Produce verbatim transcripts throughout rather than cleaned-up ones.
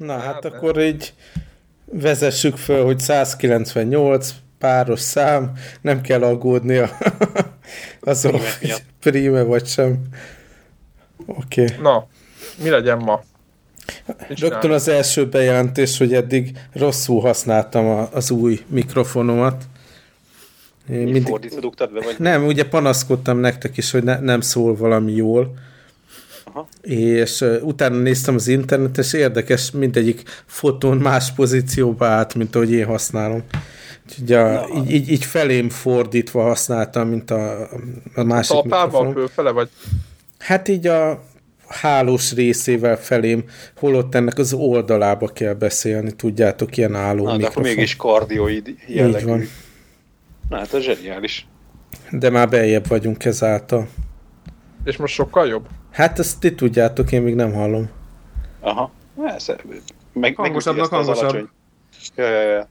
Na hát, hát akkor így vezessük föl, hogy százkilencvennyolc páros szám, nem kell aggódni a azon, hogy príme vagy sem. Oké. Okay. Na, mi legyen ma? Rögtön az első bejelentés, hogy eddig rosszul használtam a, az új mikrofonomat. Én mindig... fordítva dugtad be, vagy? Nem, ugye panaszkodtam nektek is, hogy ne, nem szól valami jól. Aha. És uh, utána néztem az internet, és érdekes, mindegyik fotón más pozícióba állt, mint ahogy én használom. Úgyhogy a, így, így, így felém fordítva használtam, mint a, a másik a mikrofonom. Fölfele vagy? Hát így a hálós részével felém, holott ennek az oldalába kell beszélni, tudjátok, ilyen álló Na, mikrofon. de akkor mégis kardioid jellegű. Na, hát ez zseniális. De már beljebb vagyunk ezáltal. És most sokkal jobb? Hát ezt ti tudjátok, én még nem hallom. Aha. Ez, meg, hangosabbnak hangosabb. Ja, ja, ja.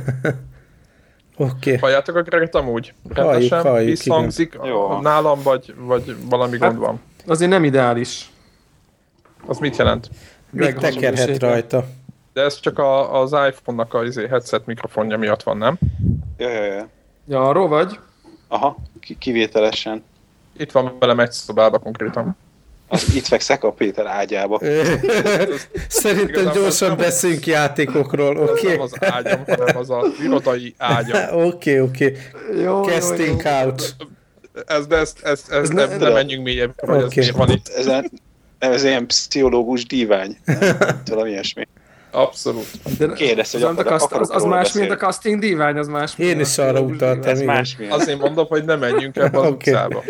Oké. Okay. Halljátok a Greget amúgy? Rendesen visszhangzik nálam, vagy, vagy valami hát, gond van? Azért nem ideális. Az mit jelent? Mit tekerhet rajta? De ez csak a, az iPhone-nak a izé, headset mikrofonja miatt van, nem? Ja, ja, ja. Ja, arról vagy? Aha, kivételesen. Itt van velem egy szobába konkrétan. Az itt fekszek a Péter ágyába. Szerintem gyorsan beszéljünk játékokról, oké? Okay? Ez nem az ágyam, hanem az a irodai ágyam. Oké, oké. Casting couch. Ez, de ezt, ezt, ezt ez nem, nem menjünk mélyebb, hogy okay. Ez van itt. Ez, ez ilyen pszichológus dívány. Tudom, ilyesmi. Abszolút. Kérdezte, hogy az, akar, az, az, az más, mint a casting dívány, az más. Én is arra utaltam. Azért mondom, hogy nem menjünk ebbe az okay. utcába.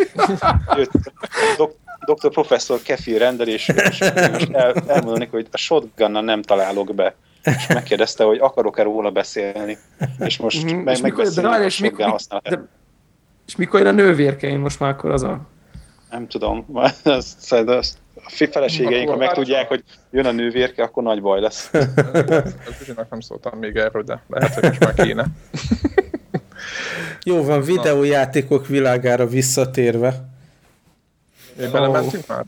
Dok, doktor Professzor Kefi rendelés, és most el, elmondani, hogy a shotgunnal nem találok be. És megkérdezte, hogy akarok-e róla beszélni. És most mm-hmm. meg, megbeszélni a shotgun használatát. És mikor jön a nővérkeim most már akkor az a... Nem tudom. Az, az, a feleségeink, ha megtudják, hogy jön a nővérke, akkor nagy baj lesz. Zsuzsinak nem szóltam még erről, de lehet, hogy most már kéne. Jó van, videójátékok világára visszatérve. Még belementünk már?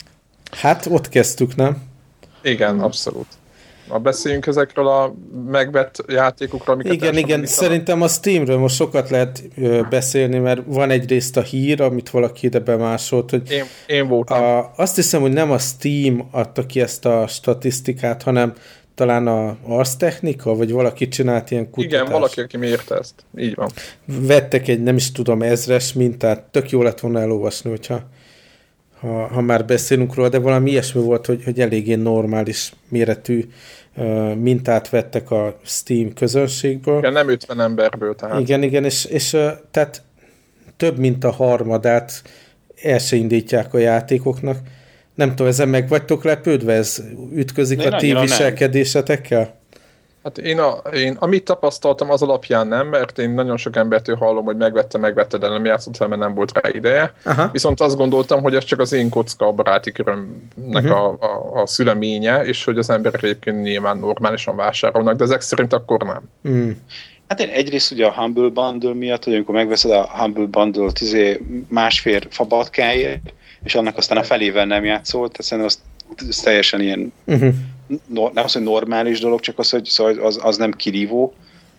Hát ott kezdtük, nem? Igen, abszolút. Ha beszéljünk ezekről a megvett játékokról, amiket igen, igen, szerintem a Steamről most sokat lehet ö, beszélni, mert van egyrészt a hír, amit valaki ide bemásolt, hogy én, én voltam. A, azt hiszem, hogy nem a Steam adta ki ezt a statisztikát, hanem talán a Ars Technica, vagy valaki csinált ilyen kutatást. Igen, valaki, aki mérte ezt. Így van. Vettek egy, nem is tudom, ezres mintát, tök jó lett volna elolvasni, hogyha ha, ha már beszélünk róla, de valami ilyesmi volt, hogy, hogy eléggé normális méretű uh, mintát vettek a Steam közönségből. Igen, nem ötven emberből tehát. Igen, igen, és, és uh, tehát több mint a harmadát el se indítják a játékoknak. Nem tudom, ezen meg vagytok lepődve? Ez ütközik de a ti viselkedésetekkel? Hát én, a, én amit tapasztaltam az alapján nem, mert én nagyon sok embertől hallom, hogy megvette, megvette, de nem játszott fel, mert nem volt rá ideje. Aha. Viszont azt gondoltam, hogy ez csak az én kocka a baráti körömnek uh-huh. a, a, a szüleménye, és hogy az emberek egyébként nyilván normálisan vásárolnak, de ezek szerint akkor nem. Mm. Hát én egyrészt ugye a Humble Bundle miatt, hogy amikor megveszed a Humble Bundle-t másfél fabatkáért, és annak aztán a felével nem játszolt, tehát szerintem az, az teljesen ilyen uh-huh. no, nem az, hogy normális dolog, csak az, hogy szóval az, az nem kirívó.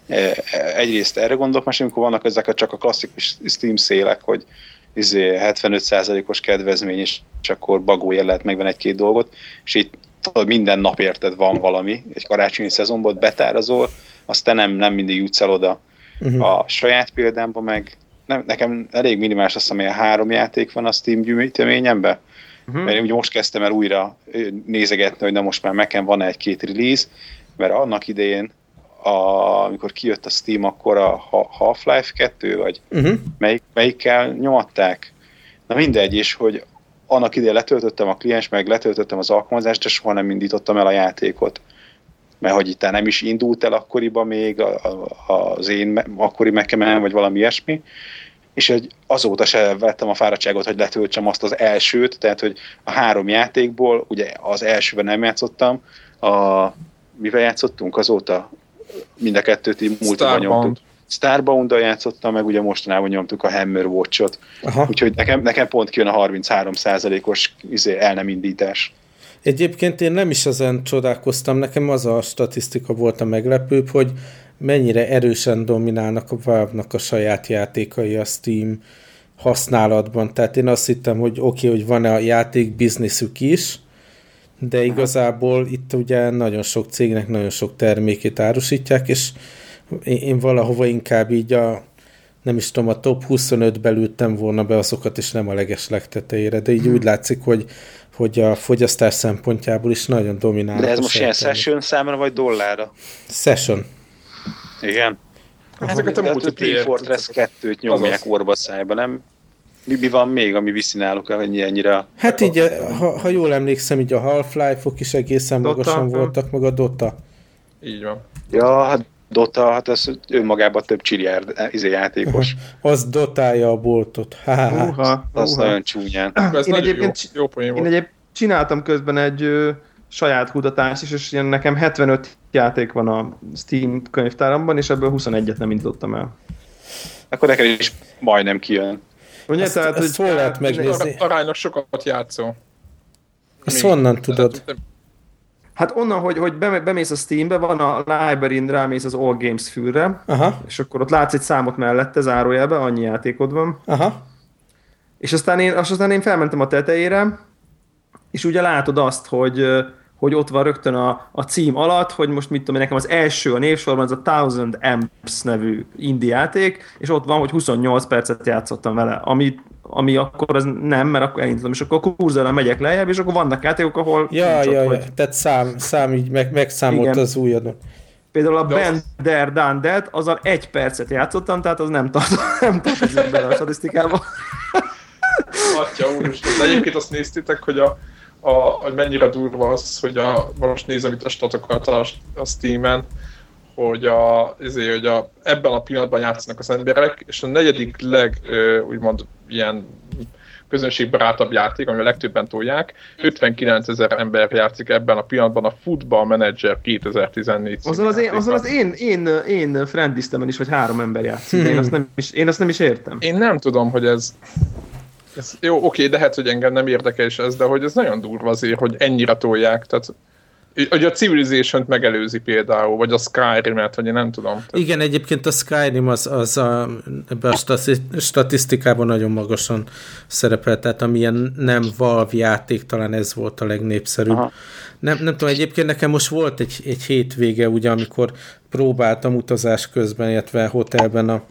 Egyrészt erre gondolok, másik, amikor vannak ezek a, csak a klasszikus Steam szélek, hogy izé hetvenöt százalékos kedvezmény, és akkor bagójel lehet megvenni egy-két dolgot, és itt tudod, minden nap érted van valami, egy karácsonyi szezonból betárazol, aztán nem, nem mindig jutsz el oda. Uh-huh. A saját példámban meg nem, nekem elég minimális, azt hiszem, hogy három játék van a Steam gyűjteményemben, uh-huh. mert én ugye most kezdtem el újra nézegetni, hogy na most már nekem van egy-két release, mert annak idején, a, amikor kijött a Steam, akkor a Half-Life kettő, vagy uh-huh. melyik, melyikkel nyomatták. Na mindegy, és hogy annak idején letöltöttem a kliens, meg letöltöttem az alkalmazást, de soha nem indítottam el a játékot. Mert hogy itt nem is indult el akkoriban még a, a, az én akkori Mac-emen, vagy valami ilyesmi, és hogy azóta se vettem a fáradtságot, hogy letöltsem azt az elsőt, tehát hogy a három játékból, ugye az elsőben nem játszottam, a, mivel játszottunk azóta, mind a kettőt így múltban nyomtuk. Starbound-dal játszottam, meg ugye mostanában nyomtuk a Hammer Watch-ot. Úgyhogy nekem, nekem pont kijön a harminchárom százalékos izé, el nem indítás. Egyébként én nem is ezen csodálkoztam, nekem az a statisztika volt a meglepőbb, hogy mennyire erősen dominálnak a Valve-nak a saját játékai a Steam használatban. Tehát én azt hittem, hogy oké, okay, hogy van a játék bizniszük is, de igazából itt ugye nagyon sok cégnek nagyon sok termékét árusítják, és én valahova inkább így a nem is tudom, a top huszonötbe lőttem volna be azokat, és nem a leges legtetejére, de így hmm. úgy látszik, hogy, hogy a fogyasztás szempontjából is nagyon dominál. De ez most ilyen session számra, vagy dollárra? Session. Igen. Ezeket a multiplayer Team Fortress kettőt nyomják orba szájba, nem? Mi, mi van még, ami viszi náluk ennyi, ennyire? Hát így, ha, ha jól emlékszem, így a Half-Life-ok is egészen Dota, magasan voltak, meg a Dota. Így van. Ja, hát Dota, hát ez önmagában több csiliárd izé játékos. Az dotálja a boltot. Uha, az uha. nagyon csúnyán. Ez én nagyon egyébként, jó, jó én egyébként csináltam közben egy ö, saját kutatást is, és ilyen nekem hetvenöt játék van a Steam könyvtáramban, és ebből huszonegyet nem indítottam el. Akkor neked is majdnem kijön. Ugye, ezt, tehát, ezt hogy hol lehet megnézni? Aránylag sokat játszol. Ezt honnan tudod? Hát onnan, hogy, hogy bemész a Steambe, van a library-n, rámész az All Games fülre, aha. és akkor ott látsz egy számot mellette, zárójelbe, annyi játékod van. Aha. És aztán én, aztán én felmentem a tetejére, és ugye látod azt, hogy, hogy ott van rögtön a, a cím alatt, hogy most mit tudom én, nekem az első a névsorban, az a Thousand Amps nevű indie játék, és ott van, hogy huszonnyolc percet játszottam vele, ami, ami akkor az nem, mert akkor elindítom, és akkor kurzorral megyek lejjebb, és akkor vannak játékok, ahol... Ja, ja, hogy... ja, tehát szám, szám így meg, megszámolt igen. Az ujjadon. Például a Band There Done That, azzal egy percet játszottam, tehát az nem tart, nem tartozik bele a statisztikában. Atya úristen, de egyébként azt néztétek, hogy a A, hogy mennyire durva az, hogy a, most nézem itt a statokat a, a Steamen, hogy, a, ezért, hogy a, ebben a pillanatban játszanak az emberek, és a negyedik leg, úgymond ilyen közönségbarátabb játék, ami a legtöbben tolják, ötvenkilencezer ember játszik ebben a pillanatban a Football Manager kétezer-tizennégy. Azzal az, én, azzal az én, én, én friendlistemen is, hogy három ember játszik, hmm. én, azt nem is, én azt nem is értem. Én nem tudom, hogy ez... Ez, jó, oké, de hát, hogy engem nem érdekel is ez, de hogy ez nagyon durva azért, hogy ennyire tolják, tehát hogy a Civilization-t megelőzi például, vagy a Skyrim-et, vagy én nem tudom. Tehát... Igen, egyébként a Skyrim az, az a, ebben a statisztikában nagyon magasan szerepel, tehát amilyen nem Valve játék, talán ez volt a legnépszerűbb. Nem, nem tudom, egyébként nekem most volt egy, egy hétvége, ugye, amikor próbáltam utazás közben, illetve hotelben a,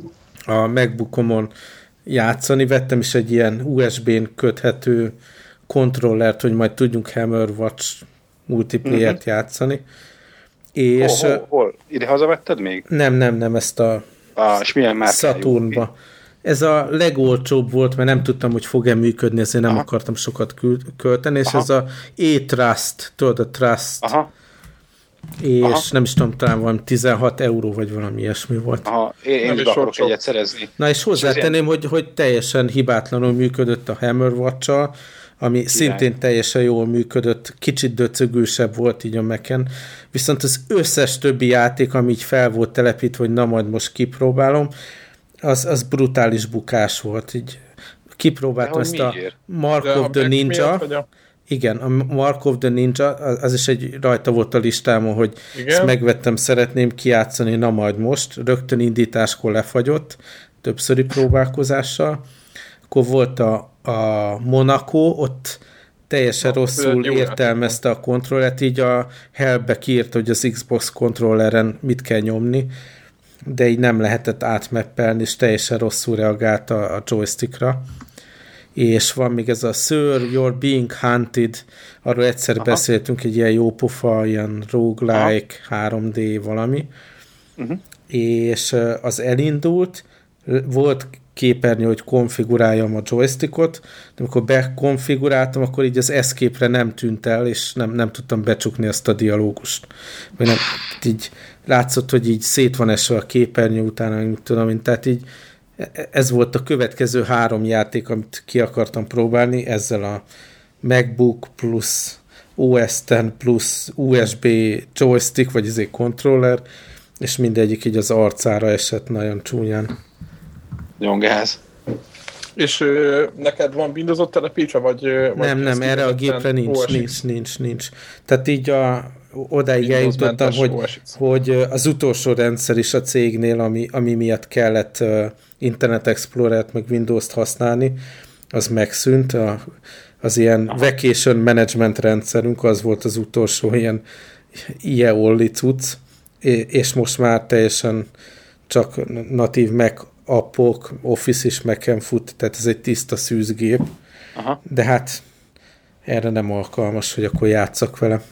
a MacBookomon játszani, vettem is egy ilyen u es bé-n köthető kontrollert, hogy majd tudjunk Hammerwatch multiplayer-t uh-huh. játszani. És, hol, hol, hol? Ide hazavetted még? Nem, nem, nem, ezt a ah, és milyen márkájú? Saturnba. Ez a legolcsóbb volt, mert nem tudtam, hogy fog-e működni, ezért nem Aha. akartam sokat költeni, és Aha. ez a A-Trust, tudod, a Trust. Aha. És Aha. nem is tudom, talán valami tizenhat euró, vagy valami ilyesmi volt. Aha, én, én is akarok egyet szerezni. Na és hozzátenném, hogy, hogy teljesen hibátlanul működött a Hammerwatch-sal, ami Király. Szintén teljesen jól működött, kicsit döcögősebb volt így a Mac-en, viszont az összes többi játék, ami így fel volt telepítve, hogy na majd most kipróbálom, az, az brutális bukás volt. Így kipróbáltam ezt miért? A Mark De of the Ninja. Miatt, igen, a Mark of the Ninja, az is egy rajta volt a listámon, hogy igen? Ezt megvettem, szeretném kijátszani, na majd most. Rögtön indításkor lefagyott, többszöri próbálkozással. Akkor volt a, a Monaco, ott teljesen no, rosszul értelmezte a kontrollert, így a Hellbe kiírta, hogy az Xbox kontrolleren mit kell nyomni, de így nem lehetett átmappelni, és teljesen rosszul reagált a, a joystickra. És van még ez a Sir, You're Being Hunted, arról egyszer Aha. beszéltünk, egy ilyen jópofa, ilyen roguelike, Aha. három dé valami, uh-huh. és az elindult, volt képernyő, hogy konfiguráljam a joystickot, de amikor bekonfiguráltam, akkor így az escape-re nem tűnt el, és nem, nem tudtam becsukni azt a dialógust. Vagy nem, így látszott, hogy így szét van esve a képernyő utána, nem tudom, tehát így ez volt a következő három játék, amit ki akartam próbálni, ezzel a MacBook plusz o es tíz plusz u es bé joystick, vagy ezért controller, és mindegyik így az arcára esett nagyon csúnyán. Nagyon gáz. És ö, neked van Windows-ot telepítve, vagy... Nem, vagy nem, erre a gépre nincs, nincs, nincs, nincs. Tehát így a, odáig Windows eljutottam, hogy, hogy az utolsó rendszer is a cégnél, ami, ami miatt kellett uh, Internet Explorer-t meg Windows-t használni, az megszűnt. A, az ilyen Aha. vacation management rendszerünk, az volt az utolsó ilyen I E only cucc, és most már teljesen csak natív Mac appok, Office is Mac-en fut, tehát ez egy tiszta szűzgép, Aha. de hát erre nem alkalmas, hogy akkor játsszak vele.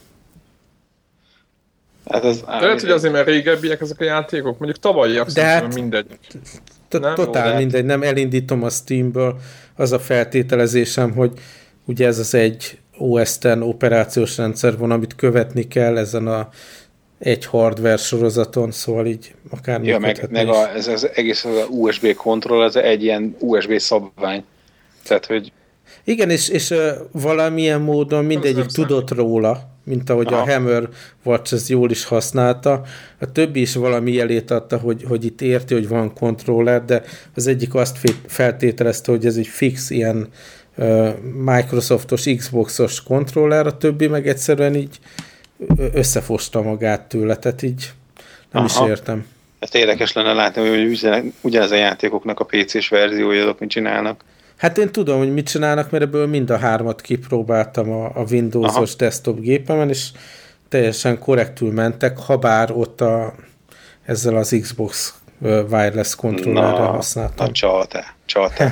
Hát ez de lehet, hogy azért, mert régebbiek ezek a játékok, mondjuk tavalyiak, de hát mindegy. Totál mindegy, nem elindítom a Steamből, az a feltételezésem, hogy ugye ez az egy O S X operációs rendszer van, amit követni kell ezen a egy hardware sorozaton, szóval így akár ja, meg, meg a, ez az egész az U S B kontroll, az egy ilyen U S B szabvány. Tehát, hogy... Igen, és, és uh, valamilyen módon mindegyik tudott róla, mint ahogy Aha. a Hammer Watch ez jól is használta. A többi is valami jelét adta, hogy, hogy itt érti, hogy van kontroller, de az egyik azt feltételezte, hogy ez egy fix ilyen uh, Microsoftos Xboxos kontroller, a többi meg egyszerűen így összefosta magát tőle, tehát így nem Aha. is értem. Ezt érdekes lenne látni, hogy ugyanez a játékoknak a pé cés verziója, azok mit csinálnak. Hát én tudom, hogy mit csinálnak, mert ebből mind a hármat kipróbáltam a, a Windows-os Aha. desktop gépemen, és teljesen korrektül mentek, ha bár ott a, ezzel az Xbox wireless kontrollerrel használtam. Na, csaltál, csaltál.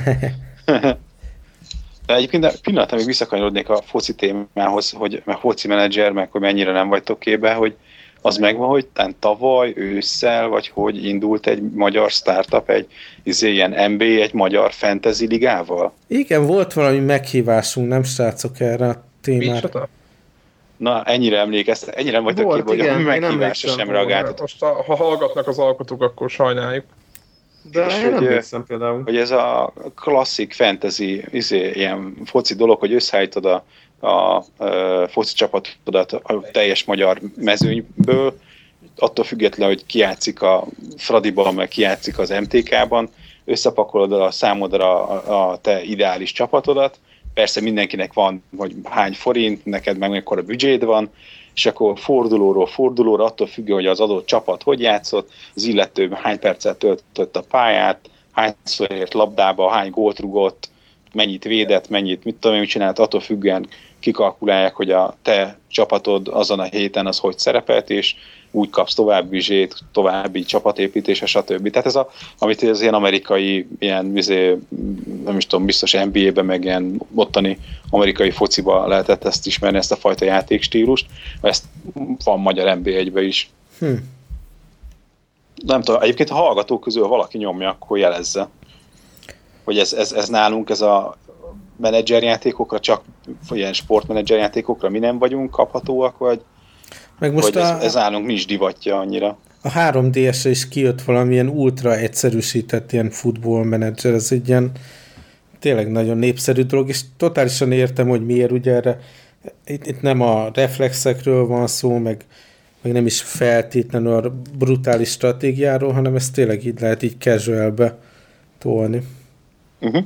De egyébként de pillanatra még visszakanyarodnék a foci témához, hogy meg foci menedzser, meg hogy mennyire nem vagytok képbe, hogy az megvan, hogy tavaly ősszel, vagy hogy indult egy magyar startup, egy izé, ilyen en bé á, egy magyar fantasy ligával? Igen, volt valami meghívásunk, nem srácok erre a témára. Na, ennyire emlékeztek, ennyire nem vagytok képbe, hogy a meghívásra sem reagáltatok. Most a, ha hallgatnak az alkotók, akkor sajnáljuk. De és én hogy, nem például. Hogy ez a klasszik fantasy izé, ilyen foci dolog, hogy összeállítod a, a, a foci csapatodat a teljes magyar mezőnyből, attól függetlenül, hogy ki játszik a Fradiban, meg ki játszik az em té ká-ban, összepakolod a számodra a, a te ideális csapatodat, persze mindenkinek van, hogy hány forint, neked meg mekkora büdzséd van, és akkor fordulóról fordulóra, attól függő, hogy az adott csapat hogy játszott, az illető hány percet töltött a pályát, hányszor ért labdába, hány gólt rugott, mennyit védett, mennyit, mit tudom én, mit csinált, attól függően kikalkulálják, hogy a te csapatod azon a héten az hogy szerepelt, és úgy kapsz további zsét, további csapatépítése, stb. Tehát ez a, amit az ilyen amerikai, ilyen, izé, nem is tudom, biztos en bé á-ben, meg ilyen ottani amerikai fociba lehetett ezt ismerni, ezt a fajta játékstílust, ezt van magyar en bé egyben is. Hm. Nem tudom, egyébként a hallgatók közül valaki nyomja, akkor jelezze, hogy ez, ez, ez nálunk, ez a menedzserjátékokra, csak ilyen sportmenedzserjátékokra mi nem vagyunk kaphatóak, vagy meg most a, ez, ez állunk nincs divatja annyira. A három dé es-re is kijött valamilyen ultra egyszerűsített ilyen futballmenedzser, ez egy ilyen tényleg nagyon népszerű dolog, és totálisan értem, hogy miért, ugye erre itt, itt nem a reflexekről van szó, meg, meg nem is feltétlenül a brutális stratégiáról, hanem ezt tényleg így lehet így casualbe tolni. Uh-huh.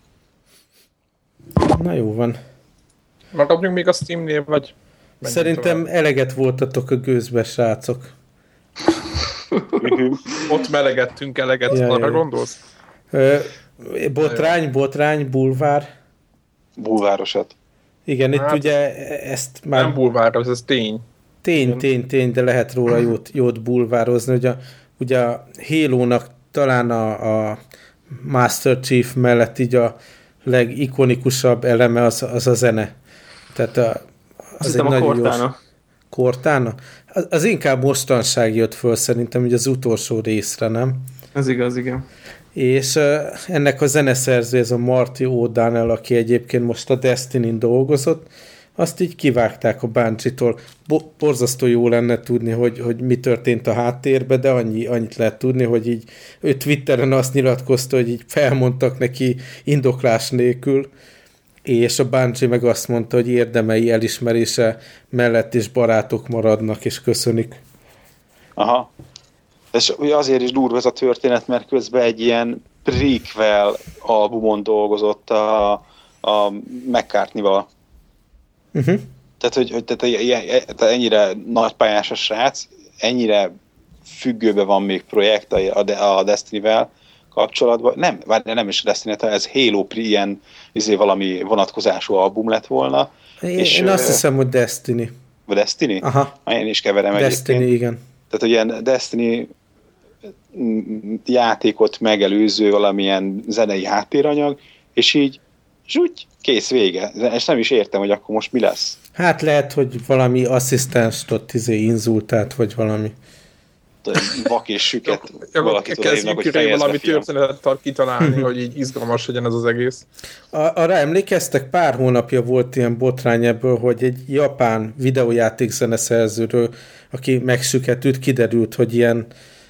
Na jó van. Maradjunk még a Steamnél, vagy... Szerintem tovább. Eleget voltatok a gőzbe, srácok. Ott melegettünk eleget, ja, arra gondolsz? Ö, botrány, botrány, bulvár. Bulvárosat. Igen, hát, itt ugye ezt már... Nem bulváros, ez tény. Tény, Igen. tény, tény, de lehet róla jót, jót bulvározni. Ugye, ugye a Halo-nak talán a, a Master Chief mellett így a legikonikusabb eleme az, az a zene. Tehát a az egy a Cortana. Cortana? Az, az inkább mostanság jött föl szerintem, ugye az utolsó részre, nem? Ez igaz, igen. És uh, ennek a zeneszerző, ez a Marty O'Donnell, aki egyébként most a Destiny-n dolgozott, azt így kivágták a Bungie-tól. Bo- borzasztó jó lenne tudni, hogy, hogy mi történt a háttérben, de annyi, annyit lehet tudni, hogy így ő Twitteren azt nyilatkozta, hogy így felmondtak neki indoklás nélkül, és a Bungie meg azt mondta, hogy érdemei elismerése mellett is barátok maradnak, és köszönik. Aha. És azért is durva ez a történet, mert közben egy ilyen prequel albumon dolgozott a, a McCartney-val. Uh-huh. Tehát, hogy, hogy tehát, tehát ennyire nagypályás a srác, ennyire függőben van még projekt a, a Destiny-vel kapcsolatban. Nem, nem is a Destiny, ez Halo ilyen izé, valami vonatkozású album lett volna. Én, és, én azt hiszem, hogy Destiny. Vagy Destiny? Aha. Én is keverem Destiny, egyébként. Igen. Tehát, hogy ilyen Destiny játékot megelőző valamilyen zenei háttéranyag, és így zsúgy, kész, vége. És nem is értem, hogy akkor most mi lesz. Hát lehet, hogy valami asszisztenst ott izé inzultált, vagy valami. Vak és süket. Kezdjünk köré valami történetet kitalálni, hogy így izgalmas legyen ez az egész. Arra emlékeztek, pár hónapja volt ilyen botrány ebből, hogy egy japán videójáték zeneszerzőről, aki megsüketült, kiderült, hogy ilyen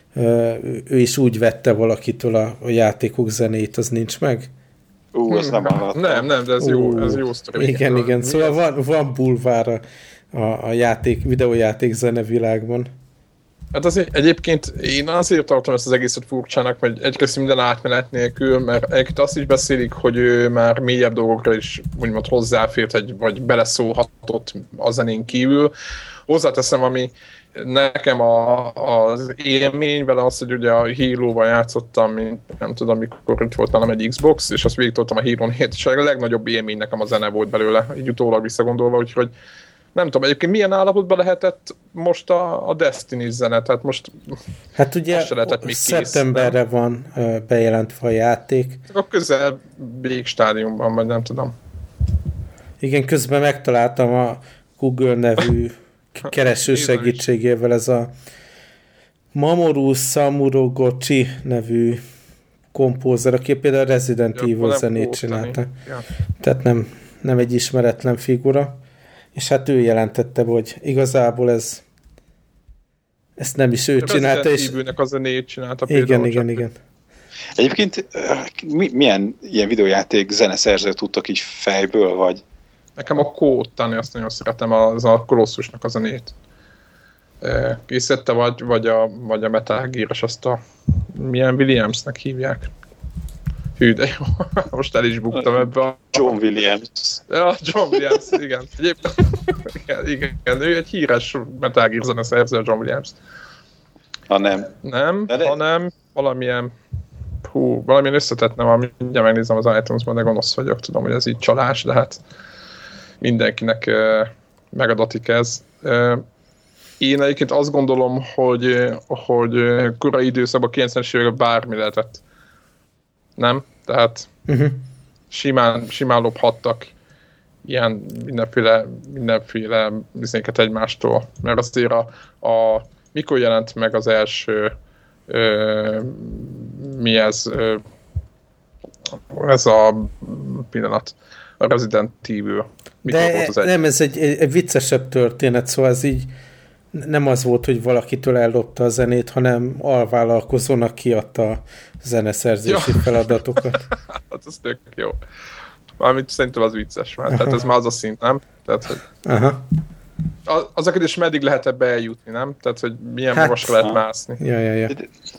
ő is úgy vette valakitől a, a játékok zenét, az nincs meg? Ú, ezt nem hallottam. Nem, nem, de ez jó, ez jó sztori. Igen, igen, szóval van, van bulvár a, a, a játék, videójáték zenevilágban. Hát azért, egyébként én azért tartom ezt az egészet furcsának, hogy egyrészt minden átmenet nélkül, mert egyébként azt is beszélik, hogy ő már mélyebb dolgokra is úgymond hozzáfért, vagy beleszólhatott a zenén kívül. Hozzáteszem, ami nekem a, az élmény vele az, hogy ugye a Halo-val játszottam, mint nem tudom, mikor itt volt nálam egy Xbox, és azt végigtoltam a Halo hét, és a legnagyobb élmény nekem a zene volt belőle, így utólag visszagondolva, úgyhogy nem tudom, egyébként milyen állapotban lehetett most a, a Destiny zene, tehát most hát ugye szeptemberre kész, van bejelentve a játék. A közel végstádiumban, vagy nem tudom. Igen, közben megtaláltam a Google nevű kereső segítségével ez a Mamoru Samuroguchi nevű kompózer, aki például a Resident ja, Evil zenét csinálta. Ja. Tehát nem, nem egy ismeretlen figura. És hát ő jelentette, hogy igazából ez ezt nem is ő a csinálta. Resident Evil-nek a zenét csinálta például. Igen, igen, igen. Egyébként milyen ilyen videójáték zeneszerzőt tudtok így fejből, vagy? Nekem a Kótani, azt nagyon szeretem, az a Kolosszusnak a zenét. Készítette, vagy, vagy a, vagy a Metal Gear-es, azt a milyen Williamsnek hívják. Hű, de jó. Most el is buktam ebbe a... John Williams. Ja, John Williams, igen. Egyébként, igen, igen, ő egy híres Metal Gear zeneszerző, John Williams. Ha nem. Nem, de hanem valamilyen... Hú, valamilyen összetett nem, mindjárt megnézem az iTunes-ban, de gonosz vagyok, tudom, hogy ez így csalás, de hát mindenkinek uh, megadatik ez. Uh, én egyébként azt gondolom, hogy, hogy korai időszakban, kilencvenes években bármi lehetett. Nem? Tehát uh-huh. simán, simán lophattak ilyen mindenféle, mindenféle bizonyéket egymástól. Mert azért a, a mikor jelent meg az első ö, mi ez ö, ez a pillanat a Resident Evil. Mikor de volt az egy? Nem, ez egy, egy viccesebb történet, szóval ez így nem az volt, hogy valakitől ellopta a zenét, hanem alvállalkozónak kiadta a zeneszerzési ja. feladatokat. Hát ez tök jó. Mármint szerintem az vicces már. Tehát ez már az a szint, nem? Tehát, hogy Aha. Azokat is meddig lehet ebbe eljutni, nem? Tehát, hogy milyen hát, magasra lehet mászni. Ja, ja, ja.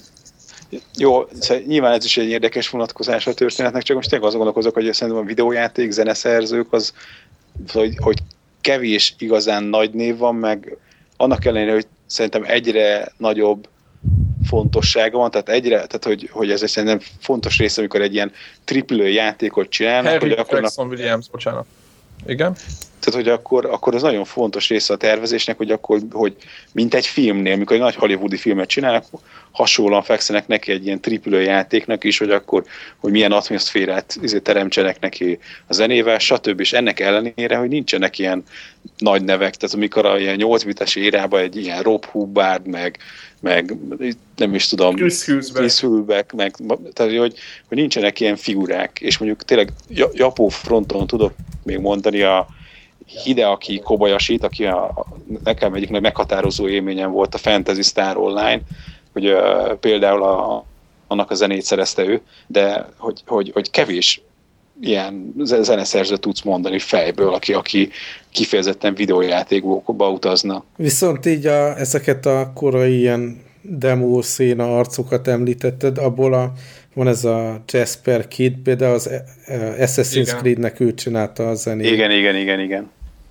Jó, szóval nyilván ez is egy érdekes vonatkozás a történetnek, csak most tényleg azon gondolkozok, hogy szerintem a videójáték zeneszerzők az, hogy, hogy kevés igazán nagy név van, meg annak ellenére, hogy szerintem egyre nagyobb fontossága van, tehát egyre, tehát hogy, hogy ez egy szerintem fontos része, amikor egy ilyen triple játékot csinálnak. Harry Gregson Williams, bocsánat. Igen? Tehát, hogy akkor, akkor az nagyon fontos része a tervezésnek, hogy akkor, hogy mint egy filmnél, mikor egy nagy hollywoodi filmet csinálnak, hasonlóan fekszenek neki egy ilyen triple játéknak is, hogy akkor, hogy milyen atmoszférát teremtsenek neki a zenével, stb. És ennek ellenére, hogy nincsenek ilyen nagy nevek, tehát amikor a ilyen nyolc bites érában egy ilyen Rob Hubbard, meg, meg nem is tudom, Chris Hülbeck, meg, tehát hogy, hogy nincsenek ilyen figurák, és mondjuk tényleg Japó fronton tudok még mondani a Hideaki Kobayashi-t, aki a, nekem egyik meghatározó élményem volt a Fantasy Star Online, hogy uh, például a, annak a zenét szerezte ő, de hogy, hogy, hogy kevés ilyen zeneszerző tudsz mondani fejből, aki, aki kifejezetten videójátékokba utazna. Viszont így a, ezeket a korai ilyen demo széna arcokat említetted, abból a van ez a Jasper Kidd, például az Assassin's Creed-nek ő csinálta a zenét. Igen, igen, igen, igen.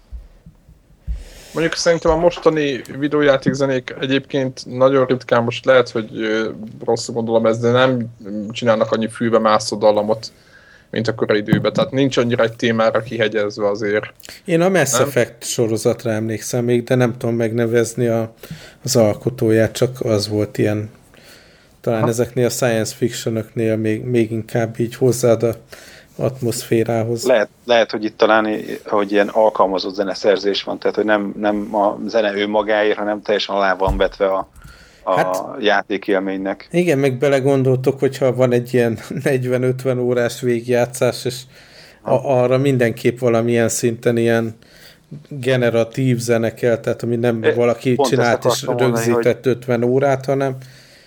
Mondjuk szerintem a mostani videójáték zenék egyébként nagyon ritkán, most lehet, hogy rosszul gondolom ezt, de nem csinálnak annyi fülbe mászó dallamot, mint a korai időben. Tehát nincs annyira egy témára kihegyezve azért. Én a Mass Effect sorozatra emlékszem még, de nem tudom megnevezni a, az alkotóját, csak az volt ilyen, talán ha. ezeknél a science fictionöknél még, még inkább így hozzáad a atmoszférához. Lehet, lehet, hogy itt talán hogy ilyen alkalmazott zeneszerzés van, tehát hogy nem, nem a zene ő magáért, hanem teljesen alá van vetve a, a hát, játékélménynek. Igen, meg belegondoltok, hogyha van egy ilyen negyven-ötven órás végigjátszás, és a, arra mindenképp valamilyen szinten ilyen generatív zene kell, tehát ami nem é, valaki csinált és rögzített hogy... ötven órát, hanem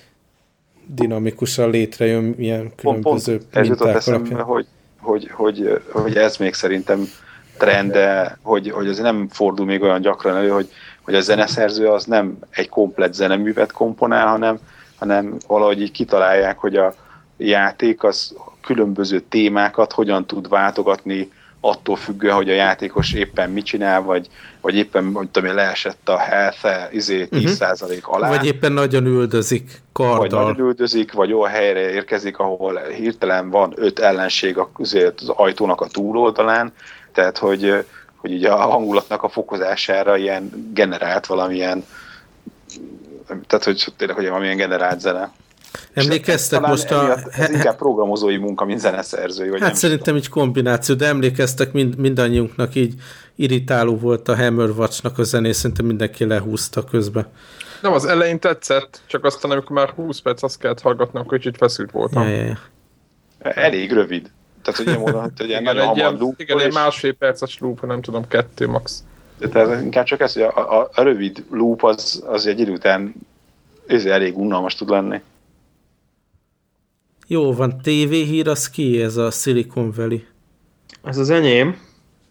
dinamikusan létrejön ilyen különböző pont, pont minták alapján. Hogy Hogy, hogy, hogy ez még szerintem trend, de hogy, hogy az nem fordul még olyan gyakran elő, hogy, hogy a zeneszerző az nem egy komplett zeneművet komponál, hanem, hanem valahogy így kitalálják, hogy a játék az különböző témákat hogyan tud váltogatni attól függően, hogy a játékos éppen mit csinál, vagy, vagy éppen, hogy tudom én, leesett a health-e izé tíz százalék alá. Vagy éppen nagyon üldözik karddal. Vagy nagyon üldözik, vagy olyan helyre érkezik, ahol hirtelen van öt ellenség az ajtónak a túloldalán, tehát hogy, hogy így a hangulatnak a fokozására ilyen generált valamilyen, tehát hogy tényleg, hogy valamilyen generált zene. Emlékeztek most a... Ez inkább programozói munka, mint zeneszerzői. Vagy hát szerintem így kombináció, de emlékeztek, mind, mindannyiunknak így irritáló volt a Hammerwatch-nak a zené, szerintem mindenki lehúzta közben. Nem, az elején tetszett, csak aztán amikor már húsz perc azt kellett hallgatnom, akkor kicsit feszült voltam. Ja, ja, ja. Elég rövid. Tehát, hogy ilyen módon, hogy ilyen igen, nagyon egy hamar loop. Igen, egy másfél perces loop, nem tudom, kettő max. Tehát inkább csak ez, hogy a, a, a rövid loop az, az egy idő után ez elég unalmas tud lenni. Jó van, tévéhír, az ki ez a Silicon Valley? Ez az enyém.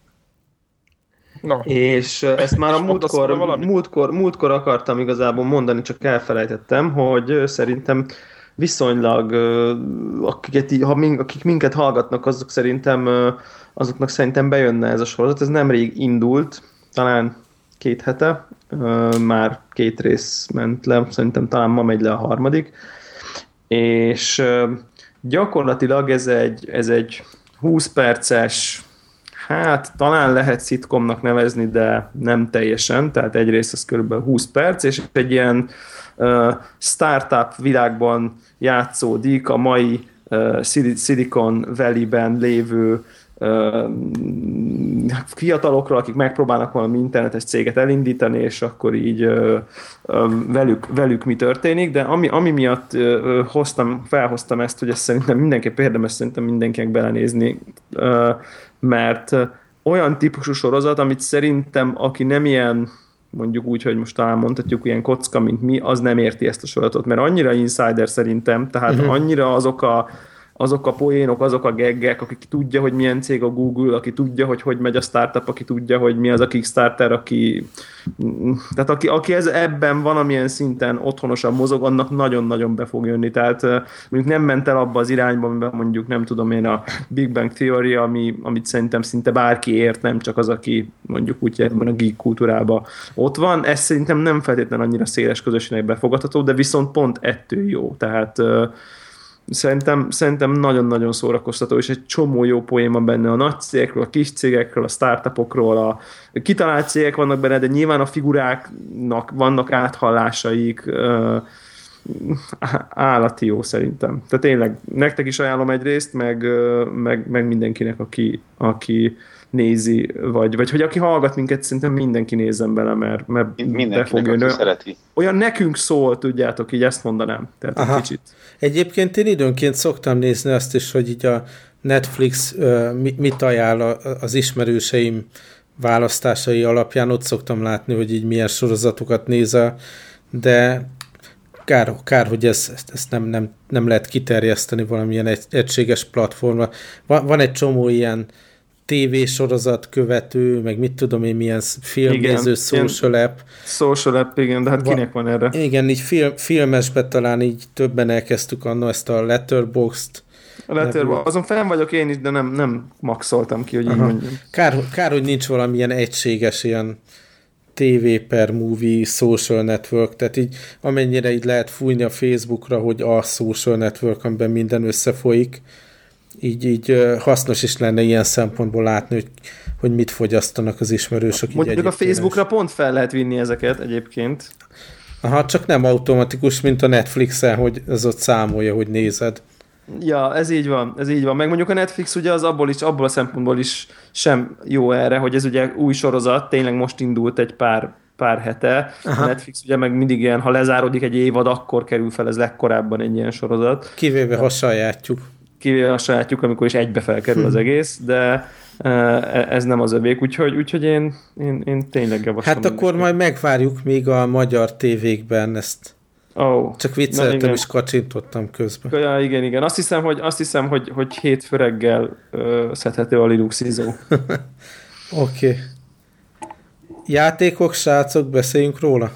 No. És ezt már a múltkor, múltkor, múltkor akartam igazából mondani, csak elfelejtettem, hogy szerintem viszonylag, akiket, ha mink, akik minket hallgatnak, azok szerintem, azoknak szerintem bejönne ez a sorozat. Ez nemrég indult, talán két hete, már két rész ment le, szerintem talán ma megy le a harmadik, és gyakorlatilag ez egy, ez egy húsz perces, hát talán lehet szitkomnak nevezni, de nem teljesen, tehát egyrészt az körülbelül húsz perc, és egy ilyen uh, startup világban játszódik a mai uh, Silicon Valley-ben lévő uh, fiatalokról, akik megpróbálnak valami internetes céget elindítani, és akkor így uh, uh, velük, velük mi történik, de ami, ami miatt uh, hoztam, felhoztam ezt, hogy ezt szerintem mindenképp érdemes szerintem mindenkinek belenézni, uh, mert olyan típusú sorozat, amit szerintem aki nem ilyen, mondjuk úgy, hogy most talán mondhatjuk, ilyen kocka, mint mi, az nem érti ezt a sorozatot, mert annyira insider szerintem, tehát uh-huh. annyira azok a, azok a poénok, azok a geggek, akik tudja, hogy milyen cég a Google, aki tudja, hogy hogy megy a startup, aki tudja, hogy mi az a Kickstarter, aki tehát aki, aki ez, ebben valamilyen szinten otthonosan mozog, annak nagyon-nagyon be fog jönni, tehát mondjuk nem ment el abba az irányba, amiben mondjuk nem tudom én a Big Bang Theory, ami, amit szerintem szinte bárki ért, nem csak az, aki mondjuk úgy ebben a geek kultúrában ott van, ez szerintem nem feltétlenül annyira széles közösségnek befogadható, de viszont pont ettől jó, tehát Szerintem, szerintem nagyon-nagyon szórakoztató, és egy csomó jó poén van benne a nagy cégekről, a kis cégekről, a startupokról, a kitalált cégek vannak benne, de nyilván a figuráknak vannak áthallásaik, állati jó szerintem. Tehát tényleg, nektek is ajánlom egyrészt, meg, meg, meg mindenkinek, aki, aki nézi, vagy, vagy hogy aki hallgat minket, szerintem mindenki nézzen bele, mert, mert be fog jönni. Szereti. Olyan nekünk szól, tudjátok, így ezt mondanám. Tehát egy kicsit. Egyébként én időnként szoktam nézni azt is, hogy így a Netflix uh, mit ajánl az ismerőseim választásai alapján, ott szoktam látni, hogy így milyen sorozatokat nézel, de kár, kár hogy ezt, ezt nem, nem, nem lehet kiterjeszteni valamilyen egy, egységes platformra. Van, van egy csomó ilyen tévésorozat követő, meg mit tudom én, milyen filmnéző, social app. Social app, igen, de hát Va- kinek van erre? Igen, így film, filmesbe talán így többen elkezdtük anno ezt a Letterboxd. A Letterboxd, azon fenn vagyok én is, de nem, nem maxoltam ki, hogy így mondjam. Kár, kár, hogy nincs valamilyen egységes ilyen té vé per movie social network, tehát így amennyire így lehet fújni a Facebookra, hogy a social network, amiben minden összefolyik, így, így hasznos is lenne ilyen szempontból látni, hogy, hogy mit fogyasztanak az ismerősök. Mondjuk a Facebookra is. Pont fel lehet vinni ezeket egyébként. Aha, csak nem automatikus, mint a Netflixen, hogy az ott számolja, hogy nézed. Ja, ez így van, ez így van. Meg mondjuk a Netflix ugye az abból is, abból a szempontból is sem jó erre, hogy ez ugye új sorozat, tényleg most indult egy pár, pár hete. Aha. A Netflix ugye meg mindig ilyen, ha lezárodik egy évad, akkor kerül fel ez legkorábban egy ilyen sorozat. Kivéve ha sajátjuk. Kivéve a sajátjuk, amikor is egybe felkerül hm. az egész, de ez nem az övék, úgyhogy, úgyhogy én, én, én tényleg javaslom. Hát akkor majd megvárjuk még a magyar tévékben ezt. Oh, csak vicceltem és kacsintottam közben. Ja, igen, igen. Azt hiszem, hogy, azt hiszem, hogy, hogy hétfő reggel ö, szedhető a Linux izó. Oké. Okay. Játékok, srácok, beszéljünk róla?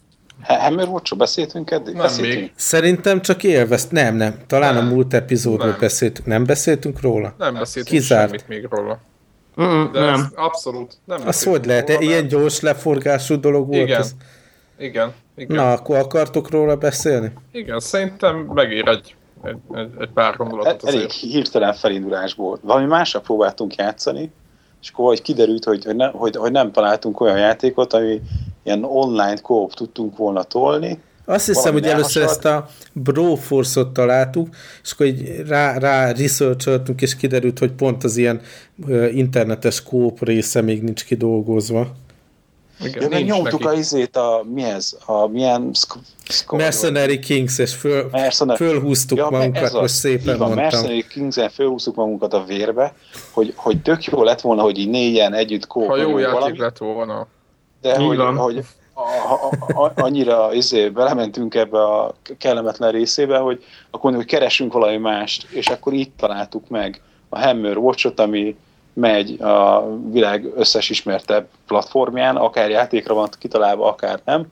Hammer Watch-ról beszéltünk eddig? Nem még. Szerintem csak élvezt. Nem, nem. Talán nem. A múlt epizódról beszéltünk. Nem beszéltünk róla? Nem beszéltünk Kizárt. Semmit még róla. Mm-mm, De nem. Abszolút. Nem az hogy lehet? Róla, ilyen nem. Gyors leforgású dolog volt? Igen. Az? Igen. Igen. Na, akkor akartok róla beszélni? Igen, szerintem megér egy, egy, egy, egy pár gondolatot azért. Elég hirtelen felindulásból. Valami másra próbáltunk játszani, és akkor hogy kiderült, hogy, hogy, ne, hogy, hogy nem találtunk olyan játékot, ami ilyen online co-op tudtunk volna tolni. Azt hiszem, hogy először ezt a Broforce-ot találtuk, és akkor így rá, rá researcholtunk, és kiderült, hogy pont az ilyen uh, internetes co-op része még nincs kidolgozva. Igen, ja, meg nyomtuk a izét, a, mi ez? A milyen... Sk- Mercenary Kings, és föl, Mercenary. fölhúztuk ja, magunkat, most szépen mondtam. Mercenary Kings-en fölhúztuk magunkat a vérbe, hogy, hogy tök jó lett volna, hogy így négyen együtt kópolunk valami. Ha jó játék lett volna. De hogy, hogy a, a, a, annyira izé, belementünk ebbe a kellemetlen részébe, hogy akkor hogy keresünk valami mást, és akkor így találtuk meg a Hammer Watch-ot, ami megy a világ összes ismertebb platformján, akár játékra van kitalálva, akár nem,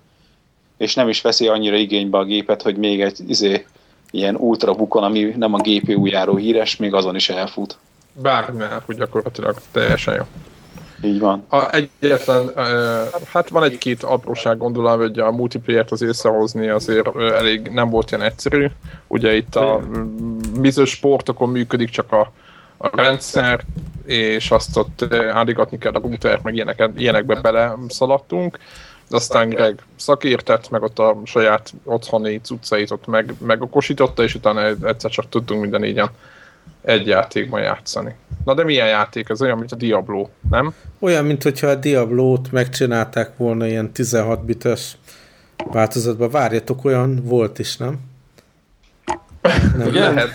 és nem is veszi annyira igénybe a gépet, hogy még egy izé, ilyen ultrabukon, ami nem a gé pé u-járól híres, még azon is elfut. Bármilyen, hogy gyakorlatilag teljesen jó. Így van. A, egyetlen, hát van egy-két apróság gondolom, hogy a multiplayer-t az összehozni azért elég nem volt ilyen egyszerű. Ugye itt a bizonyos sportokon működik csak a, a rendszer, és azt ott áldigatni kell a routert, meg ilyenek, ilyenekbe bele szaladtunk. De aztán Greg szakértett, meg ott a saját otthoni cuccait ott meg, megokosította, és utána egyszer csak tudtunk minden négyen egy játékban játszani. Na de milyen játék? Ez olyan, mint a Diablo, nem? Olyan, mint hogyha a Diablót megcsinálták volna ilyen tizenhat bites változatban. Várjatok, olyan volt is, nem? Nem lehet.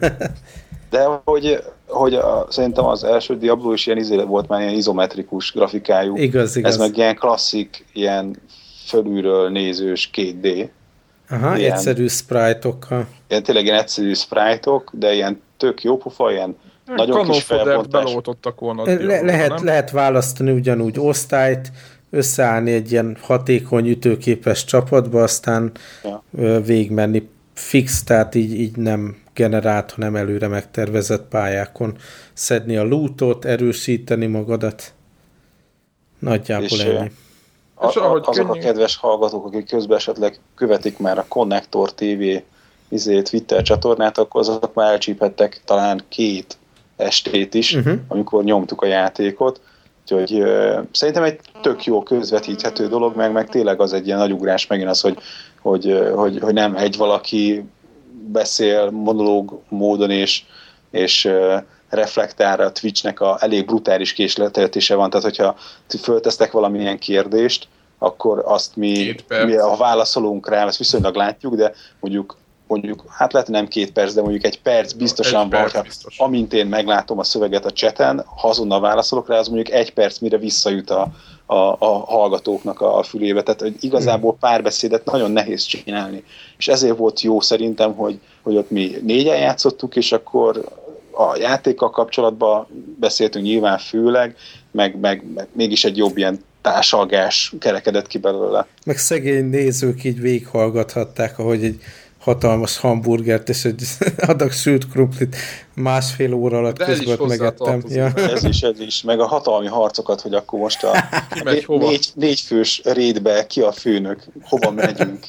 De hogy, hogy a, szerintem az első Diablo is ilyen izé volt, már ilyen izometrikus grafikájú. Igaz, igaz. Ez meg ilyen klasszik, ilyen fölülről nézős két dé. Aha, ilyen, egyszerű sprite-okkal. Ilyen tényleg ilyen egyszerű sprite-ok, de ilyen tök jó pofa, ilyen nagyon kis felbontás. Le, lehet, lehet választani ugyanúgy osztályt, összeállni egy ilyen hatékony, ütőképes csapatba, aztán ja. végigmenni fix, tehát így, így nem generált, hanem előre megtervezett pályákon szedni a lootot, erősíteni magadat. Nagyjából ennyi. A, a, azok könnyű. A kedves hallgatók, akik közben esetleg követik már a Connector té vé izé, Twitter csatornát, akkor azok már elcsíphettek talán két estét is, uh-huh. amikor nyomtuk a játékot. Úgyhogy uh, szerintem egy tök jó közvetíthető dolog, meg, meg tényleg az egy ilyen nagy ugrás megint az, hogy, hogy, uh, hogy, hogy nem egy valaki beszél monológ módon, és, és uh, reflektál a Twitchnek a elég brutális késleltetése van, tehát hogyha föltesztek valamilyen kérdést, akkor azt mi, mi a válaszolunk rá, ezt viszonylag látjuk, de mondjuk mondjuk, hát lehet nem két perc, de mondjuk egy perc biztosan egy van, perc biztos. Amint én meglátom a szöveget a chaten, ha azonnal válaszolok rá, az mondjuk egy perc, mire visszajut a, a, a hallgatóknak a, a fülébe. Tehát hogy igazából párbeszédet nagyon nehéz csinálni. És ezért volt jó szerintem, hogy, hogy ott mi négyen játszottuk, és akkor a játékkal kapcsolatban beszéltünk nyilván főleg, meg, meg, meg mégis egy jobb ilyen társalgás kerekedett ki belőle. Meg szegény nézők így végighallgathatták, ahogy egy hatalmas hamburgert és egy adag sült krumplit másfél óra alatt közben megettem. Ja. Ez is, ez is. Meg a hatalmi harcokat, hogy akkor most a né- négy, négy fős rétbe ki a főnök, hova megyünk.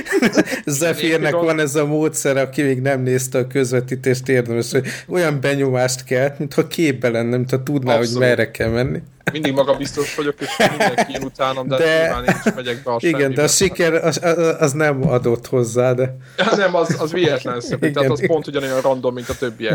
Zephyr-nek van ez a módszer, aki még nem nézte a közvetítést, érdemes, hogy olyan benyomást kelt, mintha képbe lenne, mintha tudná, abszolút, hogy merre kell menni. Mindig magabiztos vagyok, és mindenki én utánam, de, de nyilván én is megyek be a igen, semmibe. De a siker az, az, az nem adott hozzá, de... Ja, nem, az, az véletlenszerű, tehát az pont ugyanolyan random, mint a többiek.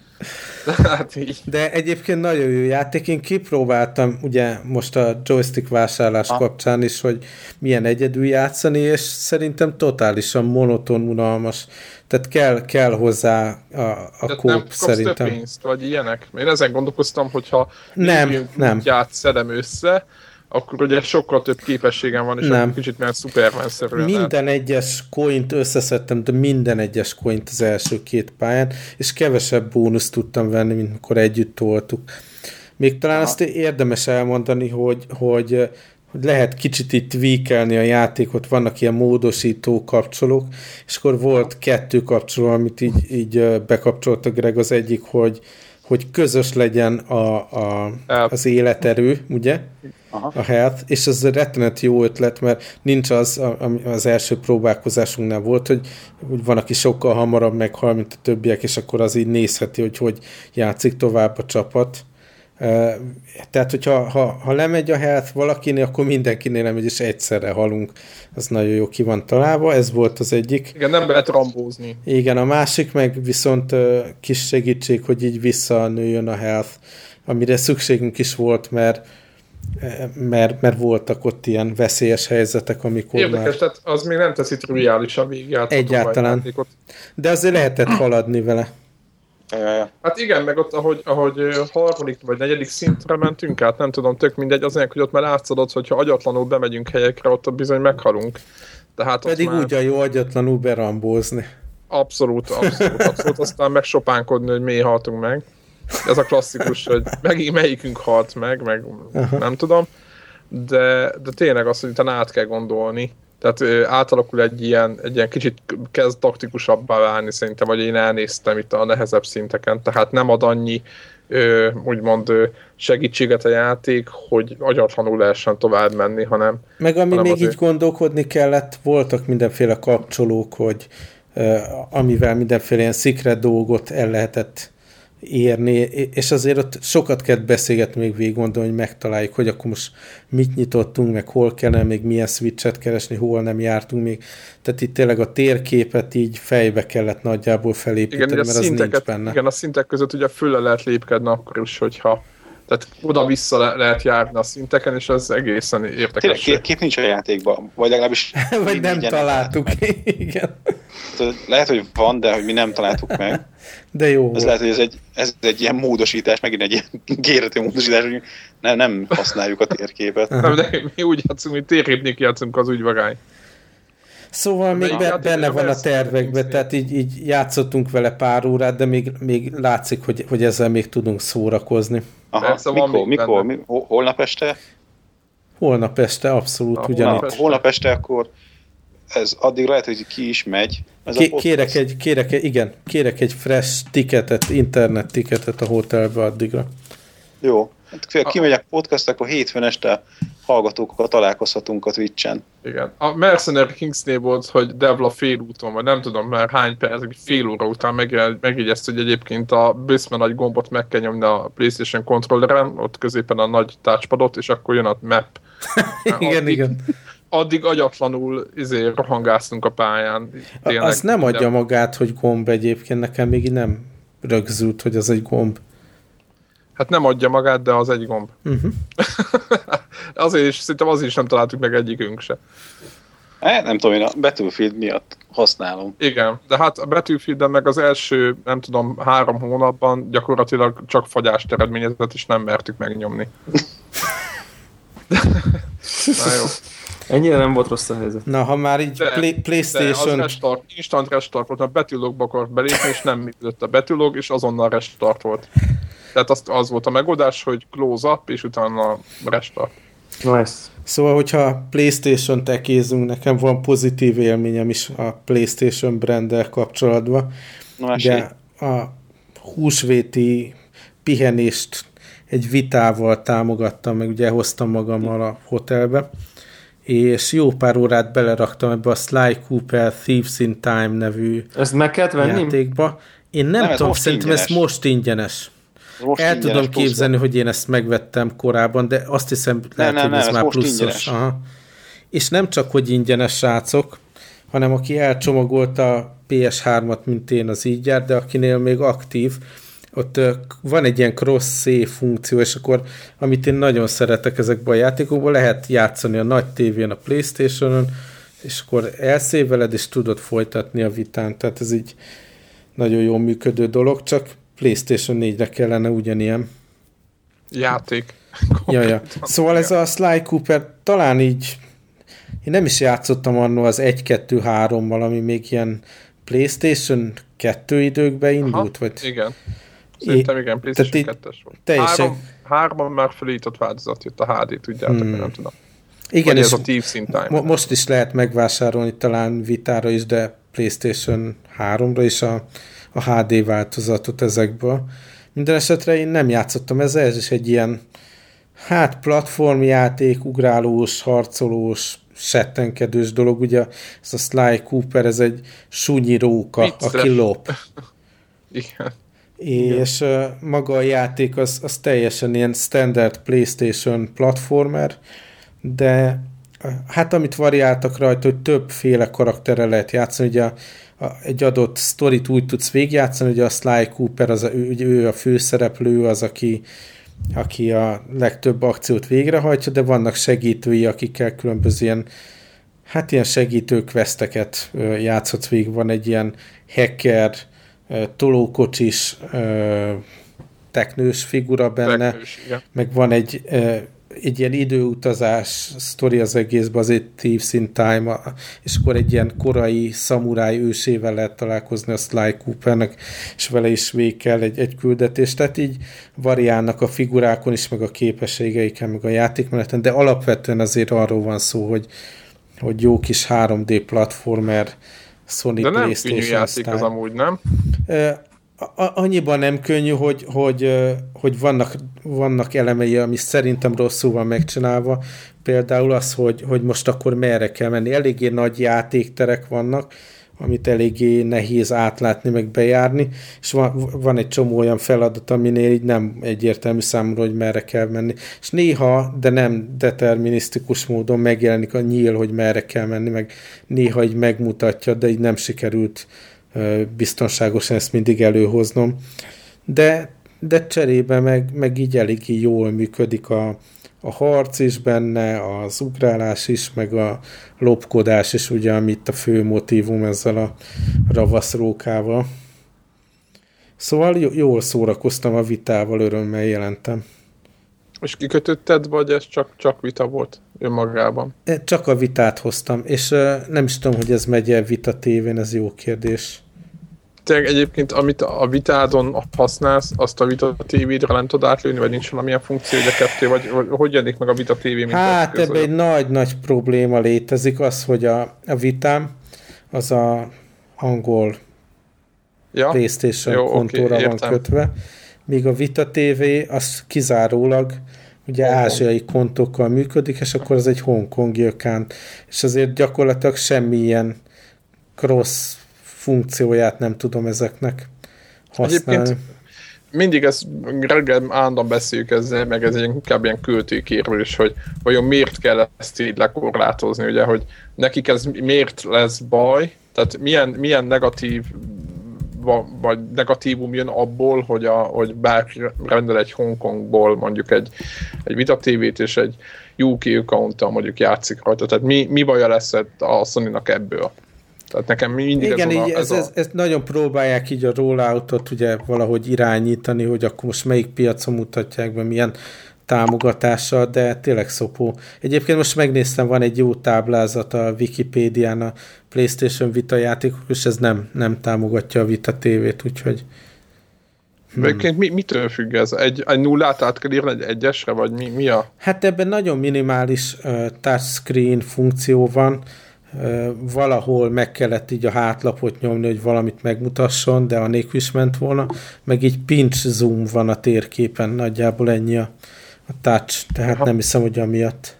De, hát így. De egyébként nagyon jó játék, én kipróbáltam ugye most a joystick vásárlás ah. kapcsán is, hogy milyen egyedül játszani, és szerintem totálisan monoton, unalmas. Tehát kell, kell hozzá a, a kóp szerintem. Nem kapsz pénzt, vagy ilyenek? Én ezen gondolkoztam, hogyha nem, nem. szedem össze, akkor ugye sokkal több képességem van, és nem. Kicsit már Superman-szerűen. Minden el... egyes coint összeszedtem, de minden egyes coint az első két pályán, és kevesebb bónuszt tudtam venni, mint mikor együtt toltuk. Még talán aha. azt érdemes elmondani, hogy, hogy hogy lehet kicsit itt tweakelni a játékot, vannak ilyen módosító kapcsolók, és akkor volt kettő kapcsoló, amit így, így bekapcsolt a Greg, az egyik, hogy, hogy közös legyen a, a, az életerő, ugye? Aha. A health, és ez egy rettenet jó ötlet, mert nincs az, ami az első próbálkozásunknál volt, hogy, hogy van, aki sokkal hamarabb meghal, mint a többiek, és akkor az így nézheti, hogy hogy játszik tovább a csapat. Uh, tehát, hogyha ha, ha lemegy a health valakinél, akkor mindenkinél lemegy, és egyszerre halunk. Az nagyon jó ki van találva, ez volt az egyik. Igen, nem lehet rambózni. Igen, a másik meg viszont uh, kis segítség, hogy így visszanőjön a health, amire szükségünk is volt, mert mert, mert voltak ott ilyen veszélyes helyzetek, amikor érdekes, már... tehát az még nem teszi triviálisan végigjátszható. Egyáltalán. De azért lehetett haladni vele. Hát igen, meg ott, ahogy, ahogy harmadik vagy negyedik szintre mentünk át, nem tudom, tök mindegy, azért, hogy ott már látszadott, hogyha agyatlanul bemegyünk helyekre, ott bizony meghalunk. Tehát pedig már... úgy a jó agyatlanul berambózni. Abszolút, abszolút, abszolút. Aztán megsopánkodni, hogy miért haltunk meg. Ez a klasszikus, hogy meg, melyikünk halt meg, meg aha. nem tudom. De, de tényleg azt, hogy utána át kell gondolni. Tehát ö, átalakul egy ilyen, egy ilyen kicsit kezd taktikusabbá válni szerintem, vagy én elnéztem itt a nehezebb szinteken, tehát nem ad annyi ö, úgymond ö, segítséget a játék, hogy agyatlanul lehessen tovább menni, hanem... Meg ami hanem még azért... így gondolkodni kellett, voltak mindenféle kapcsolók, hogy ö, amivel mindenféle ilyen secret dolgot el lehetett érni, és azért ott sokat kell beszélgetni, még végig gondolni, hogy megtaláljuk, hogy akkor most mit nyitottunk, meg hol kellene még milyen switchet keresni, hol nem jártunk még. Tehát itt tényleg a térképet így fejbe kellett nagyjából felépíteni, igen, mert az nincs benne. Igen, a szintek között ugye fölle lehet lépkedni akkor is, hogyha tehát oda-vissza le- lehet járni a szinteken, és ez egészen érdekes. Tényleg kép, kép nincs a játékban, vagy legalábbis... vagy nem találtuk, igen. Lehet, hogy van, de hogy mi nem találtuk meg. De jó. Ez lehet, hogy ez egy, ez egy ilyen módosítás, megint egy ilyen gérető módosítás, hogy nem, nem használjuk a térképet. Nem, de mi úgy játszunk, hogy térképnék játszunk az úgy vagány. Szóval még be, benne van a tervekben, tehát így, így játszottunk vele pár órát, de még, még látszik, hogy, hogy ezzel még tudunk szórakozni. Aha, persze, mikor, mikor, mi, holnap este? Holnap este, abszolút Na, ugyanitt. holnap este. Holnap este akkor ez addig lehet, hogy ki is megy. Ez Ké- kérek egy, kérek egy, igen, kérek egy fresh ticketet, internet ticketet a hotelbe addigra. Jó. Hát, kimegy a podcast, akkor hétfőn este hallgatókkal találkozhatunk a Twitch-en. Igen. A Mercenary Kingsnél volt, hogy Devla félúton, vagy nem tudom már hány perc, fél óra után megjegyezte, hogy egyébként a bőszme nagy gombot meg kell nyomni a PlayStation controlleren, ott középen a nagy touchpadot, és akkor jön a map. igen, addig, igen. Addig agyatlanul izé, rohangáztunk a pályán. Tényleg, az nem adja nem... magát, hogy gomb egyébként, nekem még nem rögzült, hogy az egy gomb. Hát nem adja magát, de az egy gomb. Uh-huh. Azért is, szerintem azért is nem találtuk meg egyikünk se. É, nem tudom, én a Battlefield miatt használom. Igen, de hát a Battlefield-en meg az első, nem tudom, három hónapban gyakorlatilag csak fagyást eredményezett, és nem mertük megnyomni. Na jó. Ennyire nem volt rossz a helyzet. Na, ha már így de, play, PlayStation... De az restart, instant restart volt, a betűlogba akart belépni, és nem működött a betűlog, és azonnal restart volt. Tehát az, az volt a megoldás, hogy close up, és utána restart. Nice. Szóval, hogyha PlayStation tekézünk, nekem van pozitív élményem is a PlayStation branddel kapcsolatban. Na, de a húsvéti pihenést egy vitával támogattam, meg ugye hoztam magammal a hotelbe, és jó pár órát beleraktam ebbe a Sly Cooper Thieves in Time nevű ezt meg kellett venni? játékba. Én nem, nem tudom, szerintem ingyenes. Ez most ingyenes. Most El ingyenes tudom képzelni, pluszban. Hogy én ezt megvettem korábban, de azt hiszem, lehet, nem, hogy nem, ez, ez már pluszos. Aha. És nem csak, hogy ingyenes, srácok, hanem aki elcsomagolta a pé es hármat, mint én, az így jár, de akinél még aktív, ott van egy ilyen cross-save funkció, és akkor, amit én nagyon szeretek ezekben a játékokban, lehet játszani a nagy tévén, a PlayStation-on, és akkor elszéveled, és tudod folytatni a vitán. Tehát ez így nagyon jól működő dolog, csak PlayStation négyre kellene ugyanilyen. Játék. Ja, ja. Szóval ez a Sly Cooper talán így, én nem is játszottam annól az egy kettő hárommal, ami még ilyen PlayStation kettő időkben indult, aha, vagy... igen. Szerintem é, igen, PlayStation kettes volt. Teljesen... Három, hárman már felított változat jött a há dé, tudjátok, hmm. nem tudom. Igen, és ez a Thieves in Time. Mo- most is lehet megvásárolni talán Vitára is, de PlayStation háromra is a, a há dé változatot ezekből. Minden esetre én nem játszottam ezzel, ez is egy ilyen hát platformjáték, ugrálós, harcolós, settenkedős dolog. Ugye ez a Sly Cooper, ez egy sunyi róka, vicces, aki lop. Igen. És igen. Maga a játék az, az teljesen ilyen standard PlayStation platformer, de hát amit variáltak rajta, hogy többféle karakterre lehet játszani, ugye a, a, egy adott sztorit úgy tudsz végigjátszani, hogy a Sly Cooper, az a, ő, ő a főszereplő, az, aki, aki a legtöbb akciót végrehajtja, de vannak segítői, akikkel különböző ilyen, hát ilyen segítő questeket játszhatsz végig. Van egy ilyen hacker, tolókocsis, teknős figura benne, teknős, meg van egy egy ilyen időutazás sztori az egészben, az egy Thieves in Time, és akkor egy ilyen korai szamuráj ősével lehet találkozni a Sly Coopernek, és vele is végig kell egy, egy küldetés. Tehát így variálnak a figurákon is, meg a képességeiken, meg a játékmeneten, de alapvetően azért arról van szó, hogy, hogy jó kis három dé platformer Sony de PlayStation. De nem könnyű játék az amúgy, nem? Annyiban nem könnyű, hogy, hogy, hogy vannak, vannak elemei, ami szerintem rosszul van megcsinálva. Például az, hogy, hogy most akkor merre kell menni. Eléggé nagy játékterek vannak, amit eléggé nehéz átlátni, meg bejárni, és van, van egy csomó olyan feladat, aminél így nem egyértelmű számomra, hogy merre kell menni. És néha, de nem determinisztikus módon megjelenik a nyíl, hogy merre kell menni, meg néha így megmutatja, de így nem sikerült biztonságosan ezt mindig előhoznom. De, de cserébe meg, meg így eléggé jól működik a, a harc is benne, az ugrálás is, meg a lopkodás is, ugye, amit a fő motívum ezzel a ravaszrókával. Szóval jól szórakoztam a vitával, örömmel jelentem. És kikötötted, vagy ez csak, csak vita volt önmagában? Csak a vitát hoztam, és uh, nem is tudom, hogy ez megy-e Vita tévén, ez jó kérdés. Tényleg egyébként, amit a vitádon használsz, azt a Vita tévédre nem tud átlőni, vagy nincs valamilyen funkció, hogy a kettő, vagy, vagy hogy jönnik meg a Vita tévé? Mint hát ebben egy nagy-nagy probléma létezik, az, hogy a, a Vitám az a angol ja? PlayStation jó, kontóra okay, van kötve, míg a Vita tévé az kizárólag ugye Hong ázsiai kontókkal működik, és akkor az egy hongkongi account, és azért gyakorlatilag semmilyen cross funkcióját nem tudom ezeknek használni. Egyébként mindig ezt reggel állandóan beszéljük ezzel, meg ez inkább ilyen költőkérülés, hogy vajon miért kell ezt így lekorlátozni, ugye, hogy nekik ez miért lesz baj, tehát milyen, milyen negatív vagy negatívum jön abból, hogy, a, hogy bárki rendel egy Hongkongból mondjuk egy, egy Vita tévét, és egy U K account-tal mondjuk játszik rajta. Tehát mi, mi baja lesz a Sony-nak ebből? Tehát nekem mindig igen, ez, így, a, ez, ez, ez, ez nagyon próbálják így a rolloutot ugye valahogy irányítani, hogy akkor most melyik piacon mutatják be, milyen támogatása, de tényleg szopó. Egyébként most megnéztem, van egy jó táblázat a Wikipédián a PlayStation Vita játékok, és ez nem, nem támogatja a Vita té vét, úgyhogy... Hmm. Egyébként mi, mitől függ ez? Egy, egy nullát át kell írni egy egyesre, vagy mi, mi a... Hát ebben nagyon minimális uh, touchscreen funkció van, uh, valahol meg kellett így a hátlapot nyomni, hogy valamit megmutasson, de anélkül is ment volna, meg így pinch zoom van a térképen, nagyjából ennyi a, a touch, tehát Aha. nem hiszem, hogy amiatt.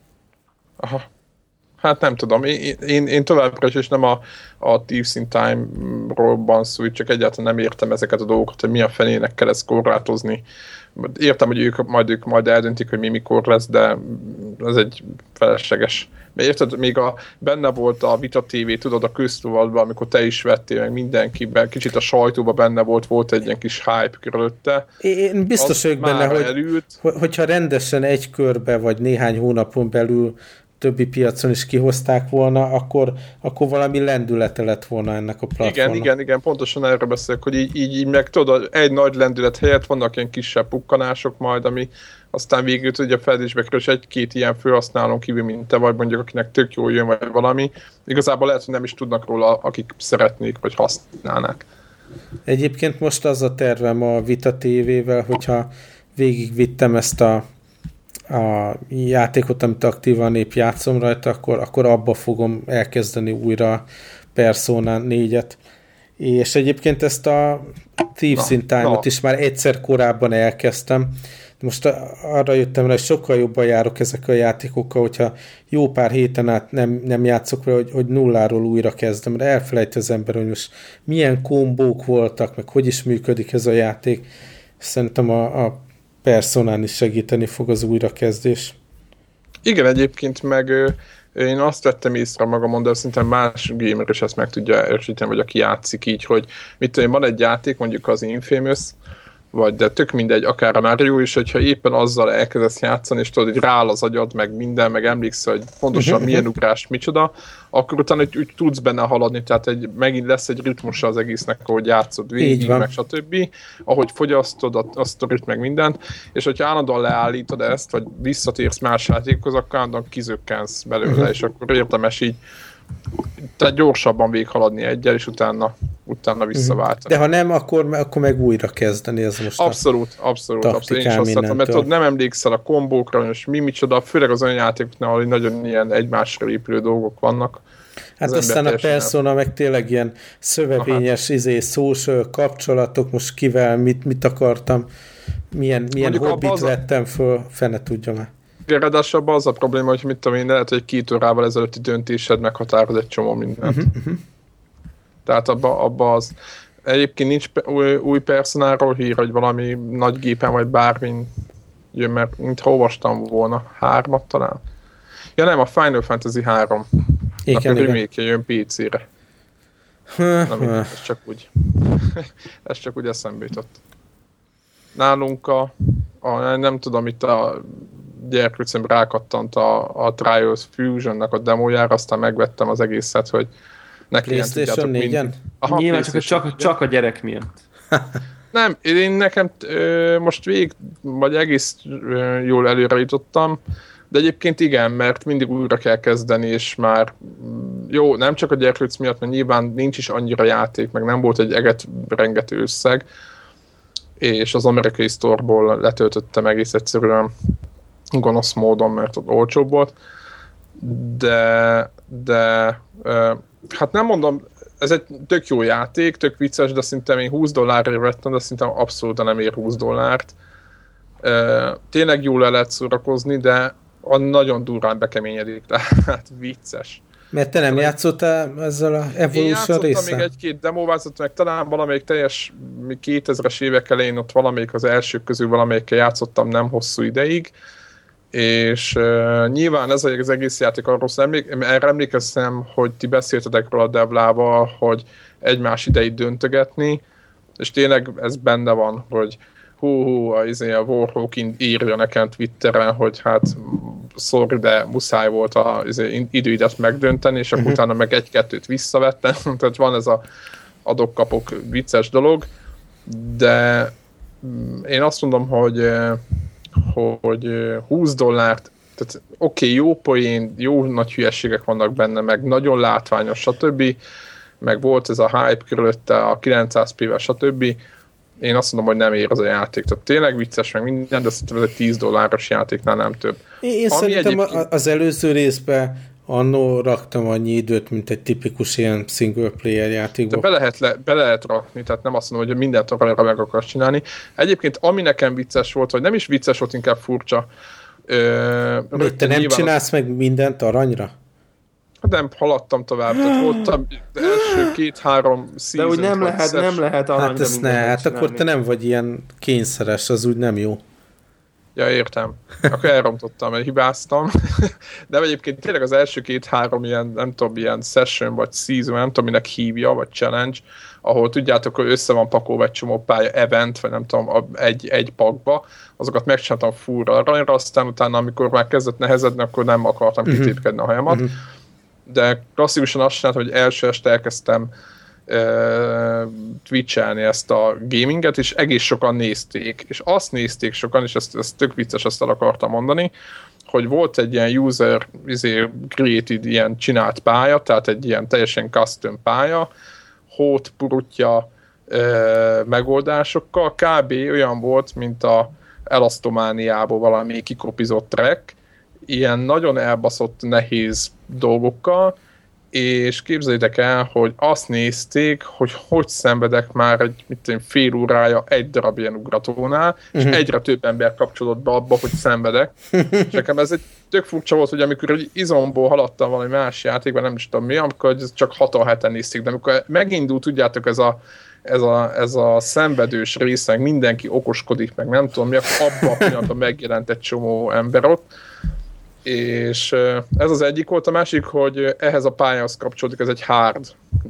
Aha. Hát nem tudom, én, én, én továbbra is nem a, a Thieves in Time-ról van szó, csak egyáltalán nem értem ezeket a dolgokat, hogy mi a fenének kell ezt korlátozni. Értem, hogy ők majd, ők majd eldöntik, hogy mi mikor lesz, de ez egy felesleges. Mert érted, még a, benne volt a Vita té vé, tudod, a köztudatban, amikor te is vettél, meg mindenkiben, kicsit a sajtóban benne volt, volt egy ilyen kis hype körülötte. Én biztos vagyok benne, hogy, elült. hogyha rendesen egy körbe, vagy néhány hónapon belül többi piacon is kihozták volna, akkor, akkor valami lendülete lett volna ennek a platformnak. Igen, igen, igen, pontosan erről beszélek, hogy így, így, így meg tudod, egy nagy lendület helyett vannak ilyen kisebb pukkanások majd, ami aztán végül tudja feledésbe kerül, és egy-két ilyen felhasználón kívül, mint te vagy, mondjuk, akinek tök jól jön, vagy valami. Igazából lehet, hogy nem is tudnak róla, akik szeretnék, vagy használnák. Egyébként most az a tervem a Vita té vével, hogyha végigvittem ezt a a játékot, amit aktívan épp játszom rajta, akkor, akkor abba fogom elkezdeni újra Persona négyet. És egyébként ezt a Thieves in Time-ot is már egyszer korábban elkezdtem. Most arra jöttem rá, hogy sokkal jobban járok ezek a játékokkal, hogyha jó pár héten át nem, nem játszok vele, hogy, hogy nulláról újra kezdem, mert elfelejt az ember, hogy most milyen kombók voltak, meg hogy is működik ez a játék. Szerintem a, a Personán is segíteni fog az újrakezdés. Igen, egyébként meg én azt vettem észre magamon, de szerintem más gamer is ezt meg tudja erősíteni, vagy aki játszik így, hogy mit tudom, van egy játék, mondjuk az Infamous, vagy de tök mindegy, akár a Mario is, hogyha éppen azzal elkezdesz játszani, és tudod, hogy rááll az agyad, meg minden, meg emlékszel, hogy pontosan uh-huh. milyen ugrás, micsoda, akkor utána úgy, úgy tudsz benne haladni, tehát egy, megint lesz egy ritmusa az egésznek, ahogy játszod végig, meg stb. Ahogy fogyasztod azt a ritm, meg mindent, és hogyha állandóan leállítod ezt, vagy visszatérsz más játékhoz, akkor állandóan kizökkensz belőle, uh-huh. és akkor érdemes így tehát gyorsabban végighaladni egyel, és utána, utána visszaváltani. De ha nem, akkor, akkor meg újra kezdeni. Ez most abszolút, abszolút. abszolút. Én is azt láttam, mert tudod, nem emlékszel a kombókra, és mi micsoda, főleg az olyan játékoknál, ahol nagyon ilyen egymásra épülő dolgok vannak. Hát az aztán a Persona meg tényleg ilyen szövevényes izé, social kapcsolatok, most kivel, mit, mit akartam, milyen, milyen hobbit vettem föl, fene tudja már. Ráadásul abban az a probléma, hogy mit tudom én, lehet, hogy két órával ezelőtti döntésed meghatároz egy csomó mindent. Uh-huh, uh-huh. Tehát abban abba az... Egyébként nincs új, új Personáról hír, hogy valami nagy gépen vagy bármin jön, mert mintha olvastam volna. Hármat talán? Ja nem, a Final Fantasy három. Igen, a remake jön pé cére. Na mindegy, ez csak úgy. ez csak úgy eszembe jutott. Nálunk a, a nem tudom, itt a gyerkőcöm rákattant a, a Trials Fusion-nak a demójára, aztán megvettem az egészet, hogy neki PlayStation négyen? Aha, nyilván csak, csak, csak a gyerek miatt. Nem, én nekem ö, most végig, vagy egész ö, jól előre jutottam, de egyébként igen, mert mindig újra kell kezdeni, és már jó, nem csak a gyerkőc miatt, mert nyilván nincs is annyira játék, meg nem volt egy eget rengető összeg, és az amerikai sztorból letöltöttem egész egyszerűen gonosz módon, mert ott olcsóbb volt, de, de hát nem mondom, ez egy tök jó játék, tök vicces, de szerintem én húsz dollárra vettem, de szerintem abszolút nem ér húsz dollárt. Tényleg jól le lehet szórakozni, de nagyon durván bekeményedik, tehát vicces. Mert te nem játszottál ezzel a Evolution részen? Én játszottam még egy-két demóvázat, meg talán valamelyik teljes kétezres évek elején ott valamelyik az elsők közül valamelyikkel játszottam nem hosszú ideig, és uh, nyilván ez az egész játék arról emlék, erre emlékeztem, hogy ti beszéltetek róla a Devlával, hogy egymás idejét döntögetni, és tényleg ez benne van, hogy hú-hú, a, a Warhawk írja nekem Twitteren, hogy hát sorry, de muszáj volt az időidet megdönteni, és akkor uh-huh. utána meg egy-kettőt visszavettem, tehát van ez a adok-kapok vicces dolog, de én azt mondom, hogy hogy húsz dollárt, tehát oké, okay, jó poén, jó nagy hülyeségek vannak benne, meg nagyon látványos, stb. Meg volt ez a hype körülötte, a kilencszáz pé-vel, stb. Én azt mondom, hogy nem ér az a játék. Tehát tényleg vicces, meg minden, de szerintem ez egy tíz dolláros játéknál nem több. Én Ami szerintem egyébként... az előző részben annó raktam annyi időt, mint egy tipikus ilyen single player játékban. Be lehet, le, be lehet rakni, tehát nem azt mondom, hogy mindent arra meg akarsz csinálni. Egyébként ami nekem vicces volt, vagy nem is vicces volt, inkább furcsa. Ö, Mit, te nem nyilván... csinálsz meg mindent aranyra? Nem, haladtam tovább. Tehát voltam első két-három season. De úgy nem lehet, nem lehet aranyra. Hát ezt ne, hát csinálni. Akkor te nem vagy ilyen kényszeres, az úgy nem jó. Ja, értem. Akkor elrontottam, mert hibáztam. De egyébként tényleg az első két-három ilyen, nem tudom, ilyen session, vagy season, nem tudom, minek hívja, vagy challenge, ahol tudjátok, hogy össze van pakolva egy csomó pálya, event, vagy nem tudom, egy, egy pakba, azokat megcsináltam fullra aranyra, aztán utána, amikor már kezdett nehezedni, akkor nem akartam uh-huh. kitépkedni a hajamat. Uh-huh. De klasszikusan azt csináltam, hogy első este elkezdtem uh, twitchelni ezt a gaminget, és egész sokan nézték. És azt nézték sokan, és ezt, ezt tök vicces, ezt el akartam mondani, hogy volt egy ilyen user izé, created, ilyen csinált pálya, tehát egy ilyen teljesen custom pálya, hót, purutja uh, megoldásokkal, kb. Olyan volt, mint a Elasztomániából valami kikopizott track, ilyen nagyon elbaszott, nehéz dolgokkal, és képzeljétek el, hogy azt nézték, hogy hogy szenvedek már egy mit tudom, fél órája egy darab ilyen ugratónál, uh-huh. és egyre több ember kapcsolódott be abba, hogy szenvedek. És nekem ez egy tök furcsa volt, hogy amikor egy izomból haladtam valami más játékban, nem is tudom mi, amikor csak hatan heten nézték, de amikor megindult, tudjátok, ez a Ez a, ez a szenvedős rész, meg mindenki okoskodik, meg nem tudom mi, abban a pillanatban megjelent egy csomó ember ott, és ez az egyik volt, a másik, hogy ehhez a pályához kapcsolódik, ez egy hard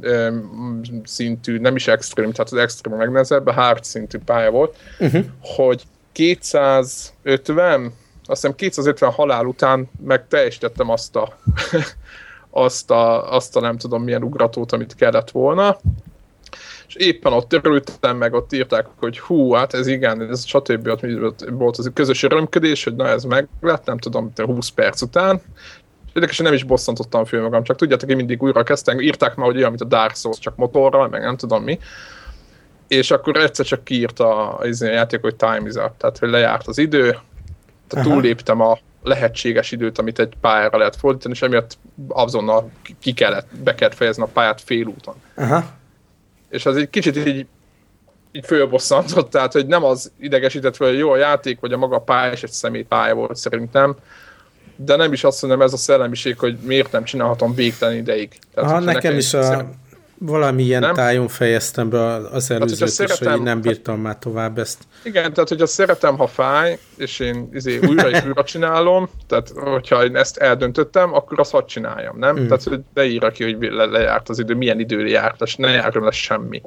szintű, nem is extreme, tehát az extreme megnehezebb, a hard szintű pálya volt, uh-huh. hogy kétszázötven, azt hiszem kétszázötven halál után meg teljesítettem azt a, azt a, azt a nem tudom milyen ugratót, amit kellett volna, és éppen ott örültem meg, ott írták, hogy hú, hát ez igen, ez stb. Ott volt az közös örömködés, hogy na ez meg lett, nem tudom, húsz perc után. Érdekesen nem is bosszantottam föl magam, csak tudjátok, hogy mindig újra kezdtem, írták már, hogy olyan, mint a Dark Souls, csak motorral, meg nem tudom mi. És akkor egyszer csak kiírta a, a játék, hogy time is up, tehát hogy lejárt az idő, tehát túlléptem a lehetséges időt, amit egy pályára lehet fordítani, és emiatt azonnal ki kellett, be kellett fejezni a pályát félúton. Aha. És az egy kicsit így, így fölbosszantott, tehát hogy nem az idegesített fel, hogy jó a játék, vagy a maga pálya, és egy szemét pálya volt szerintem, de nem is azt mondom, ez a szellemiség, hogy miért nem csinálhatom végtelen ideig. Tehát, Aha, nekem, nekem is a szem... valami ilyen nem? tájon fejeztem be az előzőt, és szeretem, hogy nem bírtam már tovább ezt. Igen, tehát hogyha szeretem, ha fáj, és én izé, újra és újra csinálom, tehát hogyha én ezt eldöntöttem, akkor azt hadd csináljam, nem? Mm. Tehát hogy leírja ki, hogy le, lejárt az idő, milyen időre járt, és ne járjon lesz semmi.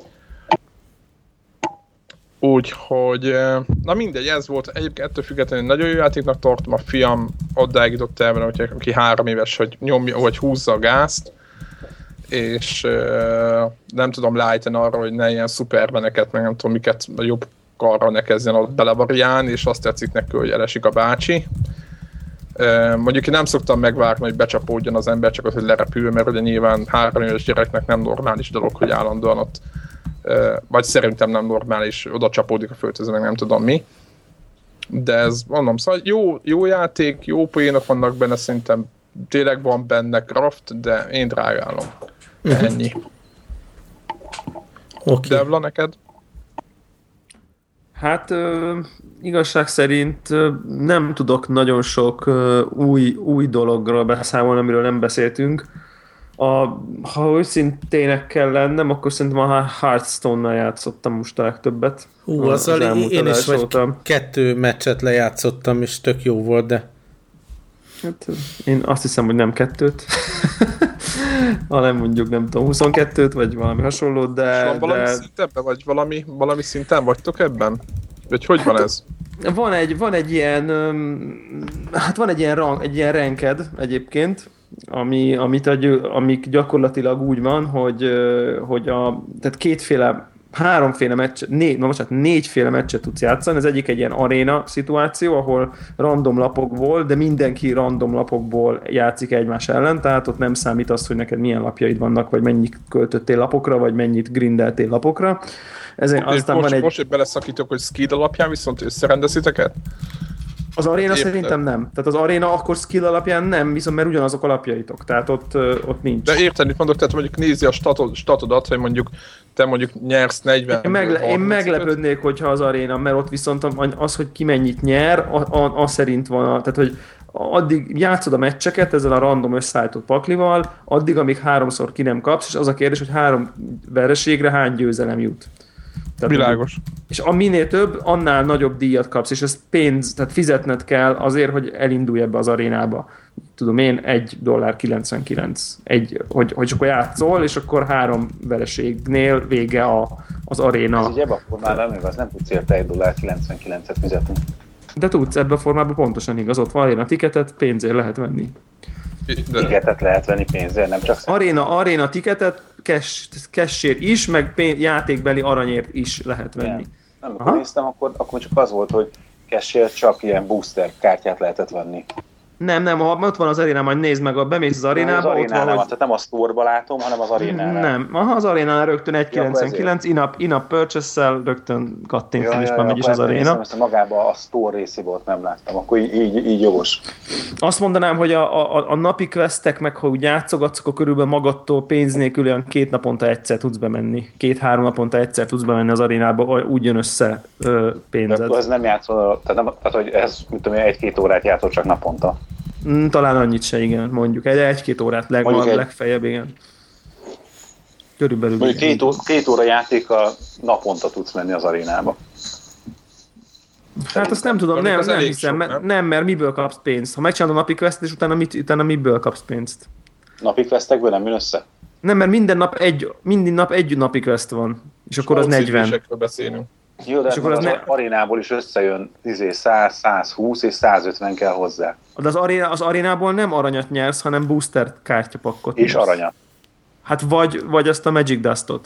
Úgyhogy, na mindegy, ez volt. Egyébként ettől függetlenül nagyon jó játéknak tartom, a fiam odáig jutott el vele, hogy aki három éves, hogy nyomja, vagy húzza a gázt, és uh, nem tudom leállítani arra, hogy ne ilyen szuperbeneket, meg nem tudom miket a jobb karra ne kezdjen ott belevariálni, és azt tetszik neki, hogy elesik a bácsi. Uh, mondjuk én nem szoktam megvárni, hogy becsapódjon az ember, csak az, hogy lerepül, mert ugye nyilván három éves gyereknek nem normális dolog, hogy állandóan ott, uh, vagy szerintem nem normális, oda csapódik a földhöz, meg nem tudom mi. De ez, mondom, szóval jó, jó játék, jó poénok vannak benne, szerintem tényleg van benne craft, de én drágálom. Uh-huh. Ennyi. Okay. Devla, neked? Hát ö, igazság szerint ö, nem tudok nagyon sok ö, új, új dologról beszámolni, amiről nem beszéltünk. A, ha őszintének kell lennem, akkor szerintem a Hearthstone-nal játszottam most a legtöbbet. Hú, azzal az én is vagy kettő meccset lejátszottam, és tök jó volt, de hát én azt hiszem, hogy nem kettőt, hanem mondjuk nem tudom, huszonkettőt, vagy valami hasonlót, de... Van valami de... szinten, vagy valami, valami szinten vagytok ebben? Vagy hogy van ez? Van egy, van egy ilyen, hát van egy ilyen, rang, egy ilyen ranked egyébként, ami, amit a, amik gyakorlatilag úgy van, hogy, hogy a, tehát kétféle háromféle meccset, négy, na most hát négyféle meccset tudsz játszani, az egyik egy ilyen aréna szituáció, ahol random lapokból, de mindenki random lapokból játszik egymás ellen, tehát ott nem számít az, hogy neked milyen lapjaid vannak, vagy mennyit költöttél lapokra, vagy mennyit grindeltél lapokra. Ezen, aztán most, van egy... most, hogy beleszakítok, hogy skill alapján viszont összerendeziteket? Az aréna szerintem nem. Tehát az aréna akkor skill alapján nem, viszont mert ugyanazok alapjaitok. Tehát ott, ott nincs. De érted, mit mondok, tehát mondjuk nézi a statod, statodat, hogy mondjuk te mondjuk nyersz negyven. Én, megle- én meglepődnék, hogyha az aréna, mert ott viszont az, hogy ki mennyit nyer, az szerint van, a, tehát hogy addig játszod a meccseket ezzel a random összeállított paklival, addig, amíg háromszor ki nem kapsz, és az a kérdés, hogy három vereségre hány győzelem jut. Tehát, világos. És a minél több, annál nagyobb díjat kapsz, és ez pénz, tehát fizetned kell azért, hogy elindulj ebbe az arénába. Tudom én, egy dollár kilencvenkilenc. Egy, hogy, hogy akkor játszol, és akkor három vereségnél vége a, az aréna. Ez ugye ebben a formában nem igaz, nem tudsz érte egy dollár kilencvenkilencet fizetni. De tudsz, ebben a formában pontosan igaz, ott van aréna tiketet, pénzért lehet venni. De... Tiketet lehet venni pénzért, nem csak aréna, aréna tiketet, cashért is, meg pénz, játékbeli aranyért is lehet venni. Igen. Nem, amikor néztem, akkor, akkor csak az volt, hogy cashért csak ilyen booster kártyát lehetett venni. Nem, nem, ha ott van az arénán, majd nézd meg, bemész az arénába, az ott van, nem, hogy... tehát nem a store-ba látom, hanem az arénánál. Nem, aha, az arénánál rögtön egy kilencvenkilenc, in-app, in-app purchase-szel rögtön kattintani, ja, és már megy is az aréna. Ezt magában a store részében ott nem láttam, akkor így, így, így jogos. Azt mondanám, hogy a, a, a napi questek, meg ha úgy játszogatsz, akkor körülbelül magadtól pénz nélkül olyan két naponta egyszer tudsz bemenni. Két-három naponta egyszer tudsz bemenni az arénába, úgy jön össze ö, pénzed. De ez nem játszol, tehát, nem, tehát hogy ez, mit tudom, egy-két órát játszol csak naponta. Talán annyit se, igen, mondjuk. Egy, egy-két órát leg, egy... legfeljebb, igen. Körülbelül. Mondjuk két, ó, két óra játéka naponta tudsz menni az arénába. Hát azt nem tudom, nem, nem hiszem, sok, nem? nem, mert miből kapsz pénzt? Ha megcsinálod a napi questet, és utána, mit, utána miből kapsz pénzt? Napi questekből nem jön össze? Nem, mert minden nap egy, minden nap egy napi quest van, és akkor az negyven. Beszélünk. Jó, de és akkor az, az ne... arénából is összejön száz, százhúsz és százötven kell hozzá. De az, aréna, az arénából nem aranyat nyersz, hanem booster kártyapakkot és nyersz. Aranyat. Hát vagy, vagy azt a Magic Dustot.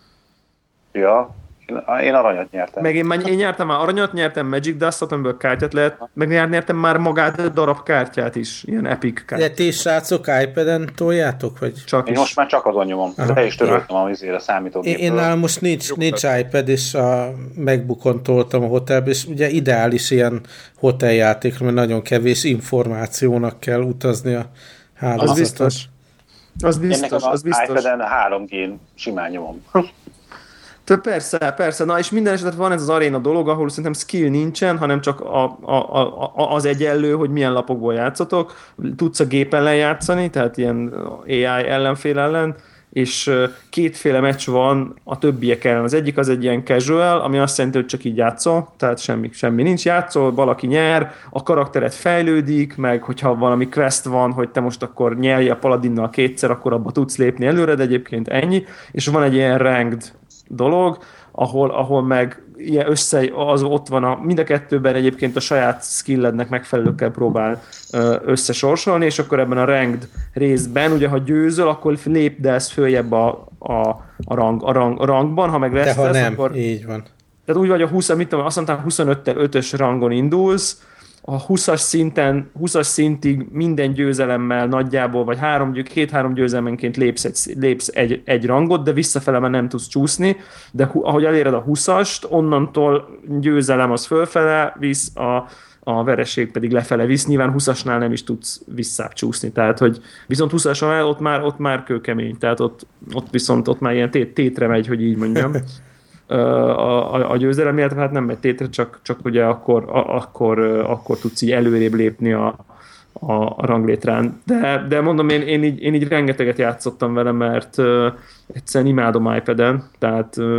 Ja, én aranyat nyertem. Meg én, én nyertem már aranyat, nyertem Magic Dustot, amiből kártyát lehet, meg nyertem már magát a darab kártyát is, ilyen epic kártyát. De ti srácok iPad-en toljátok? Vagy? Csak én is. Most már csak azon nyomom. Te is töröltem a vizére számítógépről. Én, én nálam most nincs, nincs iPad, és a MacBookon toltam a hotelbe, és ugye ideális ilyen hoteljátékra, mert nagyon kevés információnak kell utazni a hálózaton. Az biztos. Az biztos, az biztos. iPad-en három gén simán nyomom. Te persze, persze. Na és minden esetben van ez az aréna dolog, ahol szerintem skill nincsen, hanem csak a, a, a, az egyenlő, hogy milyen lapokból játszotok. Tudsz a gépen lejátszani, tehát ilyen á i ellenfél ellen, és kétféle meccs van a többiek ellen. Az egyik az egy ilyen casual, ami azt jelenti, hogy csak így játszol, tehát semmi, semmi nincs. Játszol, valaki nyer, a karaktered fejlődik, meg hogyha valami quest van, hogy te most akkor nyerj a paladinnal kétszer, akkor abba tudsz lépni előre, de egyébként ennyi. És van egy ilyen ranked dolog, ahol, ahol meg ilyen össze, az ott van, a, mind a kettőben egyébként a saját skillednek megfelelőkkel próbál összesorsolni, és akkor ebben a ranked részben, ugye ha győzöl, akkor lépdelsz följebb a, a, a, rang, a, rang, a rangban, ha meg vesztesz, de ha nem, akkor... így van. Tehát úgy vagy a húsz, mit tudom, azt mondtam, huszonöttel ötös rangon indulsz, a húszas szinten, húszas szintig minden győzelemmel nagyjából, vagy három, két-három győzelmenként lépsz egy, lépsz egy, egy rangot, de visszafele már nem tudsz csúszni, de hu, ahogy eléred a húszast, onnantól győzelem az fölfele visz, a, a vereség pedig lefele visz, nyilván húszasnál nem is tudsz visszább csúszni, tehát hogy viszont húszasnál ott már, ott már kőkemény, tehát ott, ott viszont ott már ilyen tét, tétre megy, hogy így mondjam. A, a, a győzelem, illetve hát nem megy tétre, csak, csak ugye akkor, a, akkor, akkor tudsz így előrébb lépni a, a, a ranglétrán. De, de mondom, én, én, így, én így rengeteget játszottam vele, mert uh, egyszerűen imádom iPad-en, tehát uh,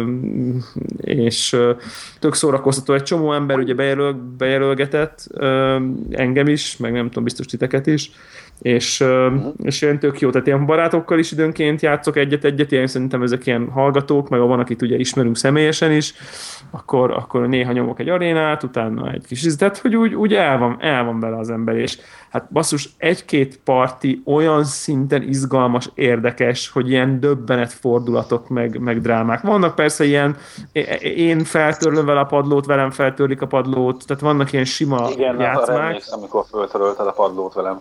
és uh, tök szórakoztató. Egy csomó ember ugye bejelöl, bejelölgetett, uh, engem is, meg nem tudom, biztos titeket is, és, uh-huh. és ilyen tök jó, tehát ilyen barátokkal is időnként játszok egyet-egyet, ilyen szerintem ezek ilyen hallgatók, meg van, akit ugye ismerünk személyesen is, akkor, akkor néha nyomok egy arénát, utána egy kis tehát hogy úgy, úgy el, van, el van vele az ember, és hát basszus, egy-két parti olyan szinten izgalmas, érdekes, hogy ilyen döbbenet fordulatok, meg, meg drámák. Vannak persze ilyen, én feltörlöm vele a padlót, velem feltörlik a padlót, tehát vannak ilyen sima igen, játszmák. Igen, amikor föltörölted a padlót velem.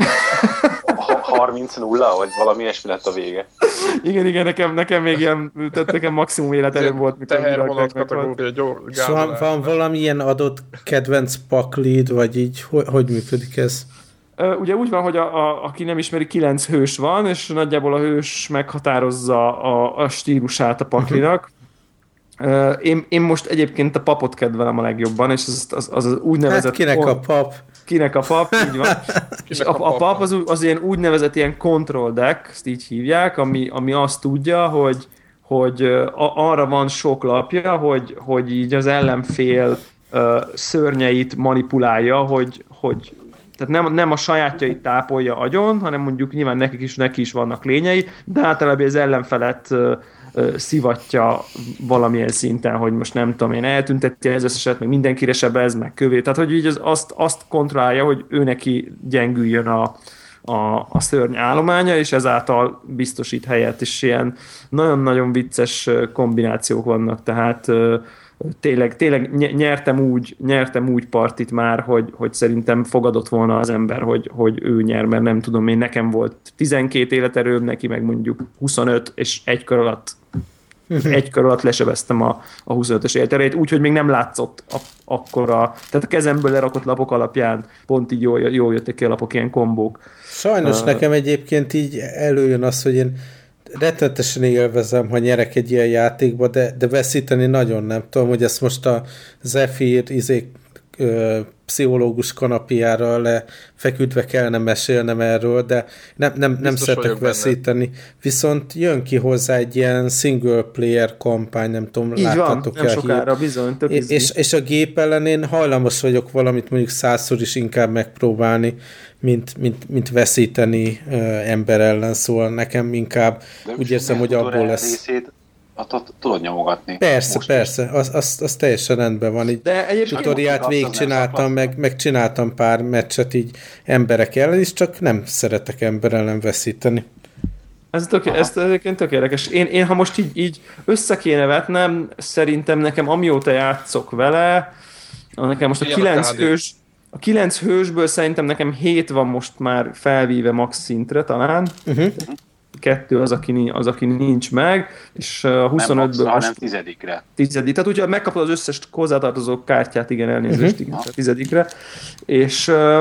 harminc nulla, vagy valami ilyesmi lett a vége. Igen, igen, nekem, nekem még ilyen, tehát nekem maximum életerőm volt, mikor tehervonat kategória gyors. Van, van valamilyen adott kedvenc paklid, vagy így, hogy, hogy működik ez? Ugye úgy van, hogy a, a, aki nem ismeri, kilenc hős van, és nagyjából a hős meghatározza a, a stílusát a paklinak. Én, én most egyébként a papot kedvelem a legjobban, és az az, az, az úgynevezett... Hát kinek a pap? Kinek a pap, így van. És a, a pap az, az ilyen úgynevezett ilyen control deck, ezt így hívják, ami, ami azt tudja, hogy, hogy a, arra van sok lapja, hogy, hogy így az ellenfél uh, szörnyeit manipulálja, hogy, hogy tehát nem, nem a sajátjait tápolja agyon, hanem mondjuk nyilván nekik is, neki is vannak lényei, de általában az ellenfelet uh, szivatja valamilyen szinten, hogy most nem tudom én, eltünteti az összeset, meg mindenkire sebez, meg kövé. Tehát, hogy így az, azt, azt kontrollálja, hogy ő neki gyengüljön a, a, a szörny állománya, és ezáltal biztosít helyet, és ilyen nagyon-nagyon vicces kombinációk vannak, tehát tényleg, tényleg nyertem úgy, nyertem úgy partit már, hogy, hogy szerintem fogadott volna az ember, hogy, hogy ő nyer, mert nem tudom én, nekem volt tizenkét életerőm, neki meg mondjuk huszonöt, és egy kör alatt egy kör alatt lesebeztem a, a huszonötös életerőt, úgyhogy még nem látszott a, akkor a, tehát a kezemből lerakott lapok alapján pont így jól, jól jöttek ki a lapok, ilyen kombók. Sajnos uh, nekem egyébként így előjön az, hogy én rettenetesen élvezem, ha nyerek egy ilyen játékba, de, de veszíteni nagyon nem tudom, hogy ezt most a Zephyr izé, ö, pszichológus kanapjára lefeküdve kellene mesélnem erről, de nem, nem, nem szeretek veszíteni. Benne. Viszont jön ki hozzá egy ilyen single player kampány, nem tudom, így láttátok van, nem sokára, hír. Bizony, tök és, és a gép ellen én hajlamos vagyok valamit mondjuk százszor is inkább megpróbálni, mint, mint, mint veszíteni ö, ember ellen, szóval nekem inkább de úgy érzem, hogy abból lesz. Részét, azt tudod nyomogatni. Persze, most persze, az, az, az teljesen rendben van. Így de egyébként tutoriát végigcsináltam, meg, meg csináltam pár meccset így emberek ellen is, csak nem szeretek ember ellen veszíteni. Ez, tök, ez egyébként tök érdekes. Én, én ha most így, így össze kéne vetnem, szerintem nekem amióta játszok vele, nekem most a kilenc hős, a kilenc hősből szerintem nekem hét van most már felvíve max szintre talán. Uh-huh. Kettő az aki, az, aki nincs meg, és a huszonötből nem most... tizedikre. Tizedik. Tehát ugye megkapod az összes hozzátartozó kártyát, igen, elnézést, uh-huh. igen, a tizedikre. És uh,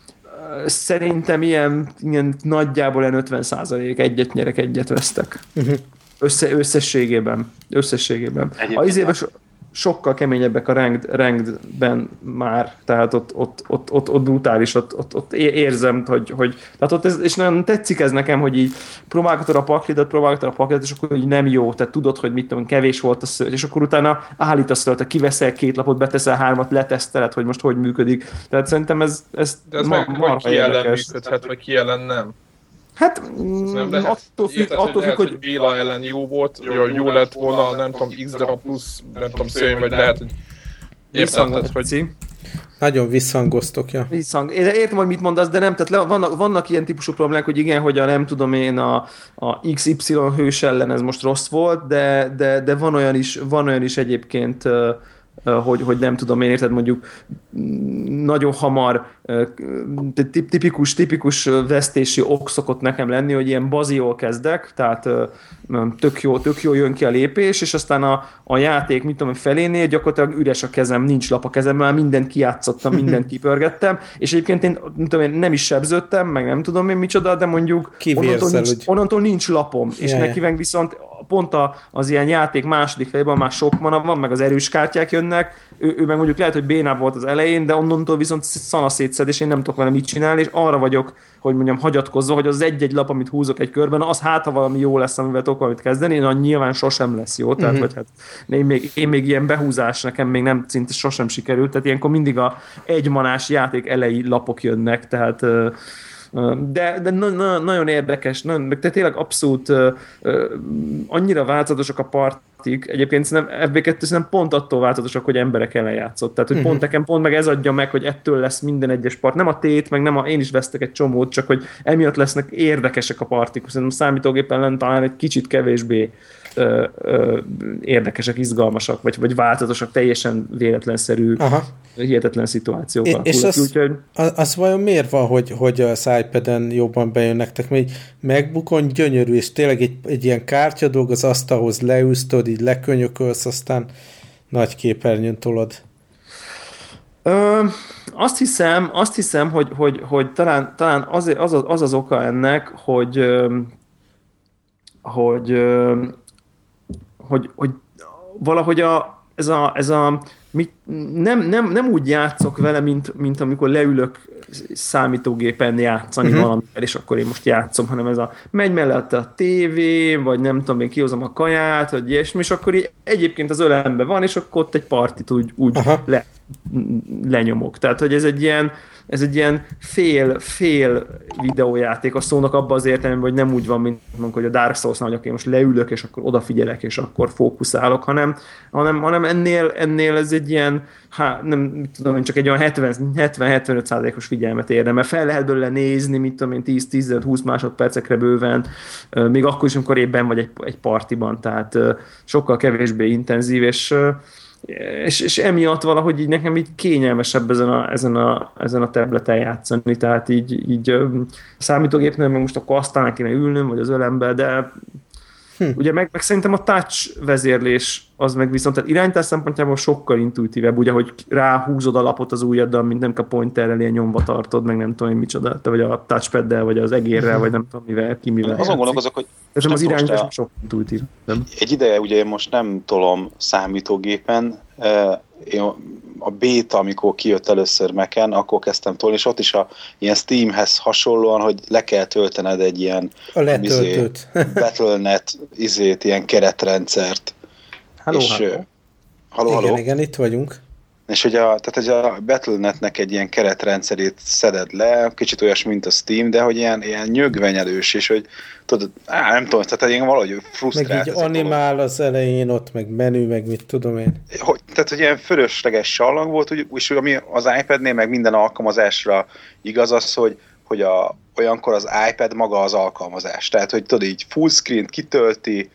szerintem ilyen, ilyen nagyjából ilyen ötven százalék, egyet nyerek, egyet vesztek. Uh-huh. Össze, összességében. Összességében. A izében sokkal keményebbek a ranked, rankedben már, tehát ott, ott, ott, ott, ott brutális, ott, ott, ott érzem, hogy, hogy tehát ott ez, és nagyon tetszik ez nekem, hogy így próbálgatod a paklidat, próbálgatod a paklidat, és akkor így nem jó, tehát tudod, hogy mit tudom, kevés volt a szőr, és akkor utána állítasz rá, kiveszel két lapot, beteszel hármat, leteszteled, hogy most hogy működik. Tehát szerintem ez, ez, de ez ma, meg, vagy ki ellen működhet, vagy ki ellen nem. Hát mm, attól függ, Érted, attól függ, hogy... hogy Béla ellen jó volt, jó, jó lett volna, nem tudom, x darab plusz, nem tudom, szőny, vagy lehet, hogy... Érted, hogy... Nagyon visszhangoztok, ja. Visszhang. Én értem, hogy mit mondasz, de nem, tehát le, vannak, vannak ilyen típusú problémák, hogy igen, hogy a nem tudom én a, a iksz ipszilon hős ellen ez most rossz volt, de, de, de van, olyan is, van olyan is egyébként, hogy, hogy nem tudom én, érted, mondjuk nagyon hamar tipikus, tipikus vesztési ok szokott nekem lenni, hogy ilyen baziól kezdek, tehát tök jó, tök jó jön ki a lépés, és aztán a, a játék, mit tudom, felénél gyakorlatilag üres a kezem, nincs lap a kezemben, mindent kijátszottam, mindent kipörgettem, és egyébként én, nem, tudom, én nem is sebződtem, meg nem tudom én micsoda, de mondjuk onnantól nincs, onnantól nincs lapom, és yeah. neki meg viszont pont az ilyen játék második fejében már sok mana van, meg az erős kártyák jönnek, ő, ő meg mondjuk lehet, hogy bénább volt az elején, de onnantól viszont szana szétszed, és én nem tudok vele mit csinálni, és arra vagyok, hogy mondjam, hagyatkozva, hogy az egy-egy lap, amit húzok egy körben, az hát, ha valami jó lesz, amivel tudok valamit kezdeni, na nyilván sosem lesz jó, tehát mm-hmm. vagy hát én még, én még ilyen behúzás nekem még nem szinte sosem sikerült, tehát ilyenkor mindig a egymanás játék elejé lapok jönnek, tehát de, de na, na, nagyon érdekes, nagyon, de tényleg abszolút uh, uh, annyira változatosak a partik, egyébként nem, ef bé kettő nem pont attól változatosak, hogy emberek ellen játszott. Tehát, hogy uh-huh. pont nekem pont meg ez adja meg, hogy ettől lesz minden egyes part. Nem a tét, meg nem a, én is vesztek egy csomót, csak hogy emiatt lesznek érdekesek a partik. Szerintem számítógép ellen talán egy kicsit kevésbé Ö, ö, érdekesek, izgalmasak, vagy, vagy változatosak, teljesen véletlenszerű, aha. hihetetlen szituációkkal. És az, úgyhogy... az, az vajon miért van, hogy, hogy az iPad-en jobban bejön nektek? Mert MacBookon gyönyörű, és tényleg egy, egy ilyen kártya dolg az asztalhoz leülsz, tudod, így lekönyökölsz, aztán nagy képernyőn tolod. Ö, azt hiszem, azt hiszem, hogy, hogy, hogy talán, talán az, az, az az oka ennek, hogy hogy Hogy, hogy valahogy a, ez a, ez a mit, nem, nem, nem úgy játszok vele, mint, mint amikor leülök számítógépen játszani uh-huh. valamivel, és akkor én most játszom, hanem ez a megy mellette a tévé, vagy nem tudom, én kihozom a kaját, vagy ilyesmi, és akkor így egyébként az ölemben van, és akkor ott egy partit úgy, úgy le, lenyomok. Tehát, hogy ez egy ilyen ez egy ilyen fél, fél videójáték a szónak abban az értelemben, hogy nem úgy van, mint mondjuk, hogy a Dark Souls-nál, hogy én most leülök, és akkor odafigyelek, és akkor fókuszálok, hanem, hanem, hanem ennél, ennél ez egy ilyen, hát nem tudom, csak egy olyan hetven-hetvenöt százalékos figyelmet érdemel. Fel lehet belőle nézni, mit tudom én, tíz-tizenöt-húsz másodpercekre bőven, még akkor is, amikor éppen vagy egy, egy partiban, tehát sokkal kevésbé intenzív, és És, és emiatt valahogy így nekem így kényelmesebb ezen a, ezen a, ezen a tableten játszani, tehát így, így a számítógépnél meg most akkor aztán kéne ülnöm, vagy az ölembe, de hm. ugye meg, meg szerintem a touch vezérlés az meg viszont, tehát irányítás szempontjából sokkal intuitívebb, ugye, hogy ráhúzod a lapot az ujjaddal, mint nem a pointerrel ilyen nyomva tartod, meg nem tudom, micsoda, vagy a touchpaddel, vagy az egérrel, vagy nem tudom mivel, ki mivel. Azon gondolkozok, hogy ez az irányítás a... sok intuitív. Nem? Egy ideje ugye én most nem tolom számítógépen, én a beta, amikor kijött először Mac-en, akkor kezdtem tolni, és ott is a ilyen Steamhez hasonlóan, hogy le kell töltened egy ilyen izé, Battle dot net izét, ilyen keretrendszert. Halló, és, halló. Halló, igen, halló. igen, itt vagyunk. És hogy a, tehát, hogy a Battle dot netnek egy ilyen keretrendszerét szeded le, kicsit olyas, mint a Steam, de hogy ilyen, ilyen nyögvenyelős, és hogy tudod, á, nem tudom, tehát ilyen valahogy frusztrált. Meg így animál az elején ott, meg menü, meg mit tudom én. Hogy, tehát, hogy ilyen fölösleges sallang volt, úgy, és ami az iPadnél, meg minden alkalmazásra igaz az, hogy, hogy a, olyankor az iPad maga az alkalmazás. Tehát, hogy tudod, így full screen kitölti,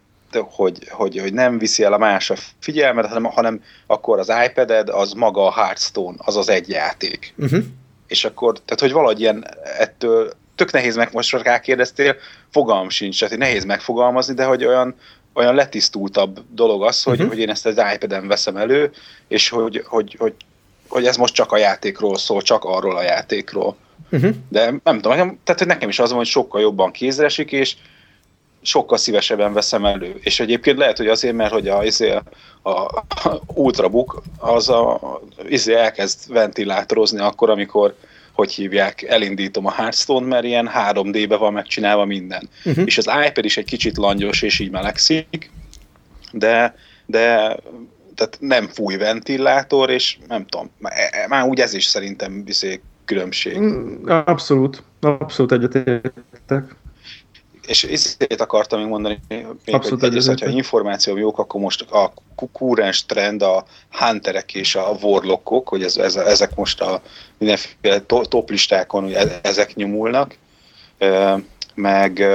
Hogy, hogy, hogy nem viszi el a más a figyelmet, hanem, hanem akkor az iPad-ed az maga a Hearthstone, az az egy játék. Uh-huh. És akkor, tehát hogy valahogy ilyen ettől, tök nehéz meg, most rákérdeztél, fogalm sincs, tehát nehéz megfogalmazni, de hogy olyan, olyan letisztultabb dolog az, hogy, uh-huh. hogy én ezt az iPad-en veszem elő, és hogy, hogy, hogy, hogy ez most csak a játékról szól, csak arról a játékról. Uh-huh. De nem tudom, tehát hogy nekem is az van, hogy sokkal jobban kézre esik, és sokkal szívesebben veszem elő. És egyébként lehet, hogy azért, mert hogy a, a, a Ultrabook az a, izé elkezd ventilátorozni akkor, amikor, hogy hívják, elindítom a Hearthstone, mert ilyen három dé-be van megcsinálva minden. Uh-huh. És az iPad is egy kicsit langyos, és így melegszik, de, de tehát nem fúj ventilátor, és nem tudom, már úgy ez is szerintem izé különbség. Abszolút, abszolút egyetértek. És ezért akartam még mondani, még, hogy egyrészt, hogyha információm jók, akkor most a kúrens trend a hunterek és a warlockok, hogy ez, ez, ezek most a mindenféle top listákon, hogy ezek nyomulnak, meg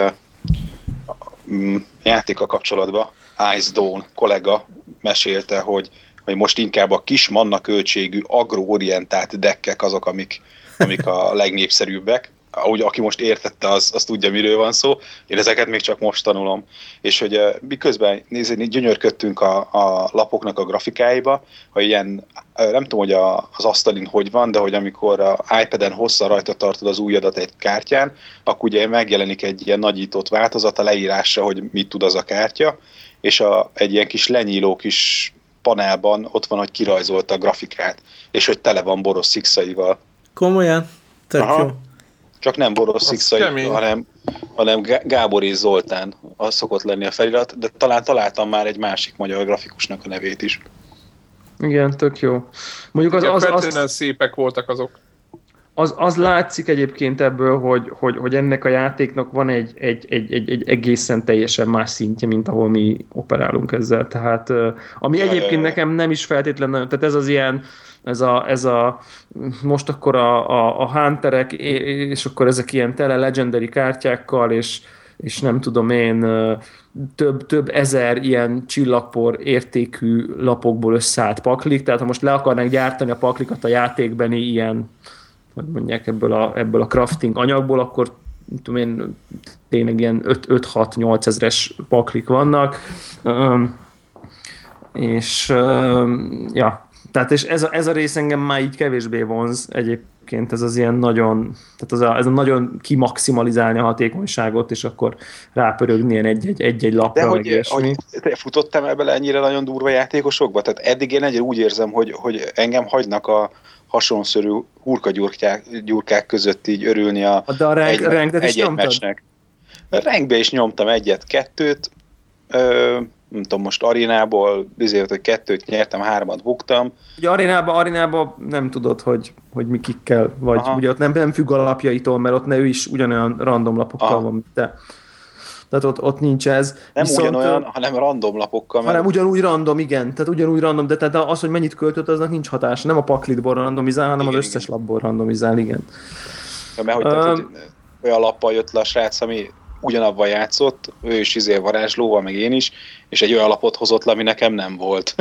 játékkal kapcsolatban Ice Dawn kollega mesélte, hogy, hogy most inkább a kis manna költségű agro-orientált deckek azok, amik, amik a legnépszerűbbek. Ahogy aki most értette, az, az tudja, miről van szó. Én ezeket még csak most tanulom. És hogy uh, miközben nézni, gyönyörködtünk a, a lapoknak a grafikáiba, hogy ilyen, uh, nem tudom, hogy a, az asztalin hogy van, de hogy amikor a iPad-en hosszan rajta tartod az ujjadat egy kártyán, akkor ugye megjelenik egy ilyen nagyított változat a leírásra, hogy mit tud az a kártya, és a, egy ilyen kis lenyíló kis panelban ott van, hogy kirajzolta a grafikát, és hogy tele van Boros Szikszaival. Komolyan? Tök jó. Csak nem Boros Szikszai, hanem, hanem Gábor és Zoltán, az szokott lenni a felirat, de talán találtam már egy másik magyar grafikusnak a nevét is. Igen, tök jó. Mondjuk az, az, az, az... szépek voltak azok. Az, az látszik egyébként ebből, hogy, hogy, hogy ennek a játéknak van egy, egy, egy, egy, egy egészen teljesen más szintje, mint ahol mi operálunk ezzel. Tehát, ami ja, egyébként ja, ja. nekem nem is feltétlenül nagyon, tehát ez az ilyen, ez a, ez a most akkor a, a, a hunterek, és akkor ezek ilyen tele legendary kártyákkal, és, és nem tudom én, több, több ezer ilyen csillagpor értékű lapokból összeállt paklik, tehát ha most le akarnánk gyártani a paklikat a játékbeni ilyen, hogy mondják, ebből a, ebből a crafting anyagból, akkor tudom én, tényleg ilyen öt-hat-nyolc ezres paklik vannak, um, és um, ja, tehát és ez a, ez a rész engem már így kevésbé vonz egyébként, ez az ilyen nagyon, tehát az a, ez a nagyon kimaximalizálni a hatékonyságot, és akkor rápörögni ilyen egy-egy, egy-egy lapra. De hogy, hogy te futottál ebbe ennyire nagyon durva játékosokba? Tehát eddig én egyre úgy érzem, hogy, hogy engem hagynak a hasonlószörű hurkagyurkák gyurkák között így örülni a, de a rank, egy, egy-egy meccsnek. Rankbe is nyomtam egyet-kettőt, ö, nem tudom, most arénából bizonyos, hogy kettőt nyertem, háromat buktam. Ugye arénában, arénában nem tudod, hogy, hogy mi kikkel vagy. Aha. Ugye ott nem, nem függ a lapjaitól, mert ott ne ő is ugyanolyan random lapokkal Aha. van, mint te. Tehát ott, ott nincs ez. Nem viszont, ugyanolyan, hanem random lapokkal. Hanem mert... ugyanúgy random, igen. Tehát ugyanúgy random, de tehát az, hogy mennyit költött, aznak nincs hatása. Nem a paklitból randomizál, hanem igen, az összes igen. lapból randomizál, igen. Ja, mert hogy, um, tehát, hogy olyan lappal jött le a srác, ami ugyanabban játszott, ő is izé varázslóval, meg én is, és egy olyan lapot hozott le, ami nekem nem volt.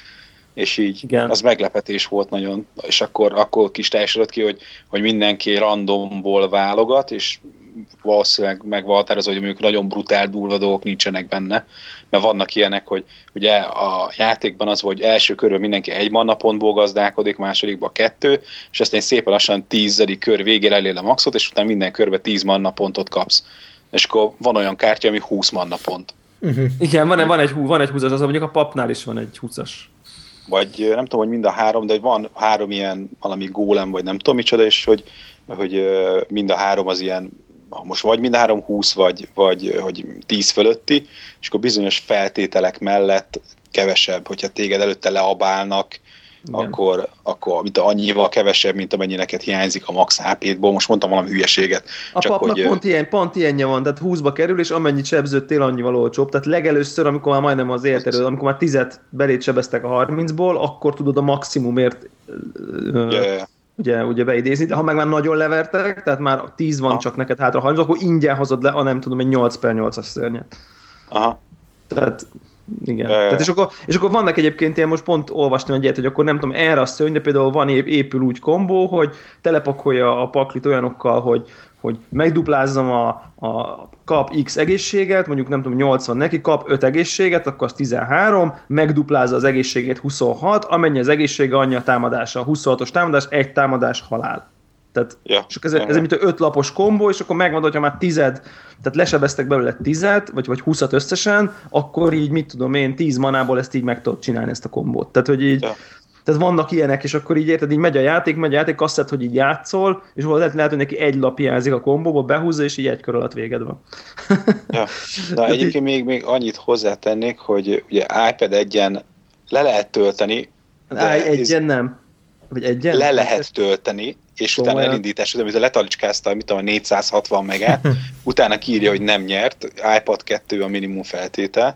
És így igen. Az meglepetés volt nagyon. És akkor, akkor kis teljesodott ki, hogy, hogy mindenki randomból válogat, és valószínűleg megvaltározó, hogy mondjuk nagyon brutál durva dolgok nincsenek benne, mert vannak ilyenek, hogy ugye a játékban az, hogy első körben mindenki egy manna pontból gazdálkodik, másodikban kettő, és aztán szépen lassan tízedik kör végére elér a maxot, és utána minden körben tíz manna pontot kapsz. És akkor van olyan kártya, ami húsz manna pont. Uh-huh. Igen, van, van egy, van egy húszas, az mondjuk a papnál is van egy húszas. Vagy nem tudom, hogy mind a három, de van három ilyen valami gólem, vagy nem tudom micsoda, és hogy, hogy mind a három az ilyen, most vagy mind a három húsz, vagy, vagy hogy tíz fölötti, és akkor bizonyos feltételek mellett kevesebb, hogyha téged előtte leabálnak, akkor, akkor mint annyival kevesebb, mint amennyi neked hiányzik a max há pé-ból. Most mondtam valami hülyeséget. A csak papnak hogy, pont, ilyen, pont ilyenje van, tehát húszba kerül, és amennyit sebződtél, annyival olcsóbb. Tehát legelőször, amikor már majdnem az érterőd, amikor már tízet belét sebeztek a harmincból, akkor tudod a maximumért yeah, yeah. Ugye, ugye beidézni. De ha meg már nagyon levertek, tehát már tíz van, aha. csak neked hátra harminc, akkor ingyen hozod le a nem tudom, egy nyolc per nyolcas szörnyet. Aha. Tehát igen. Tehát és, akkor, és akkor vannak egyébként, én most pont olvastam egyet, hogy akkor nem tudom, erre a szörny, de például van épül úgy kombó, hogy telepakolja a paklit olyanokkal, hogy, hogy megduplázzam a, a kap X egészséget, mondjuk nem tudom, nyolcvan neki, kap öt egészséget, akkor az tizenhárom, megduplázza az egészségét huszonhat, amennyi az egészsége, annyi a támadása, huszonhatos támadás, egy támadás, halál. Tehát, ja, és ez, ez mint öt lapos kombó, és akkor megmondod, hogyha már tized, tehát lesebeztek belőle tizet, vagy, vagy húszat összesen, akkor így, mit tudom én, tíz manából ezt így meg tudod csinálni, ezt a kombót. Tehát, hogy így, ja. tehát vannak ilyenek, és akkor így érted, így megy a játék, megy a játék, azt szed, hogy így játszol, és lehet, lehet, hogy neki egy lap hiányzik a kombóba, behúzza, és így egy kör alatt véged van. Ja. Na egyébként még, még annyit hozzátennék, hogy ugye iPad egyen le lehet tölteni. Egyen nem. Vagy egyen? Le lehet tölteni, és Komolyan. Utána elindítás, amit a letalicskázta, mit tudom, négyszázhatvan megát, utána kiírja, hogy nem nyert, iPad kettő a minimum feltétel,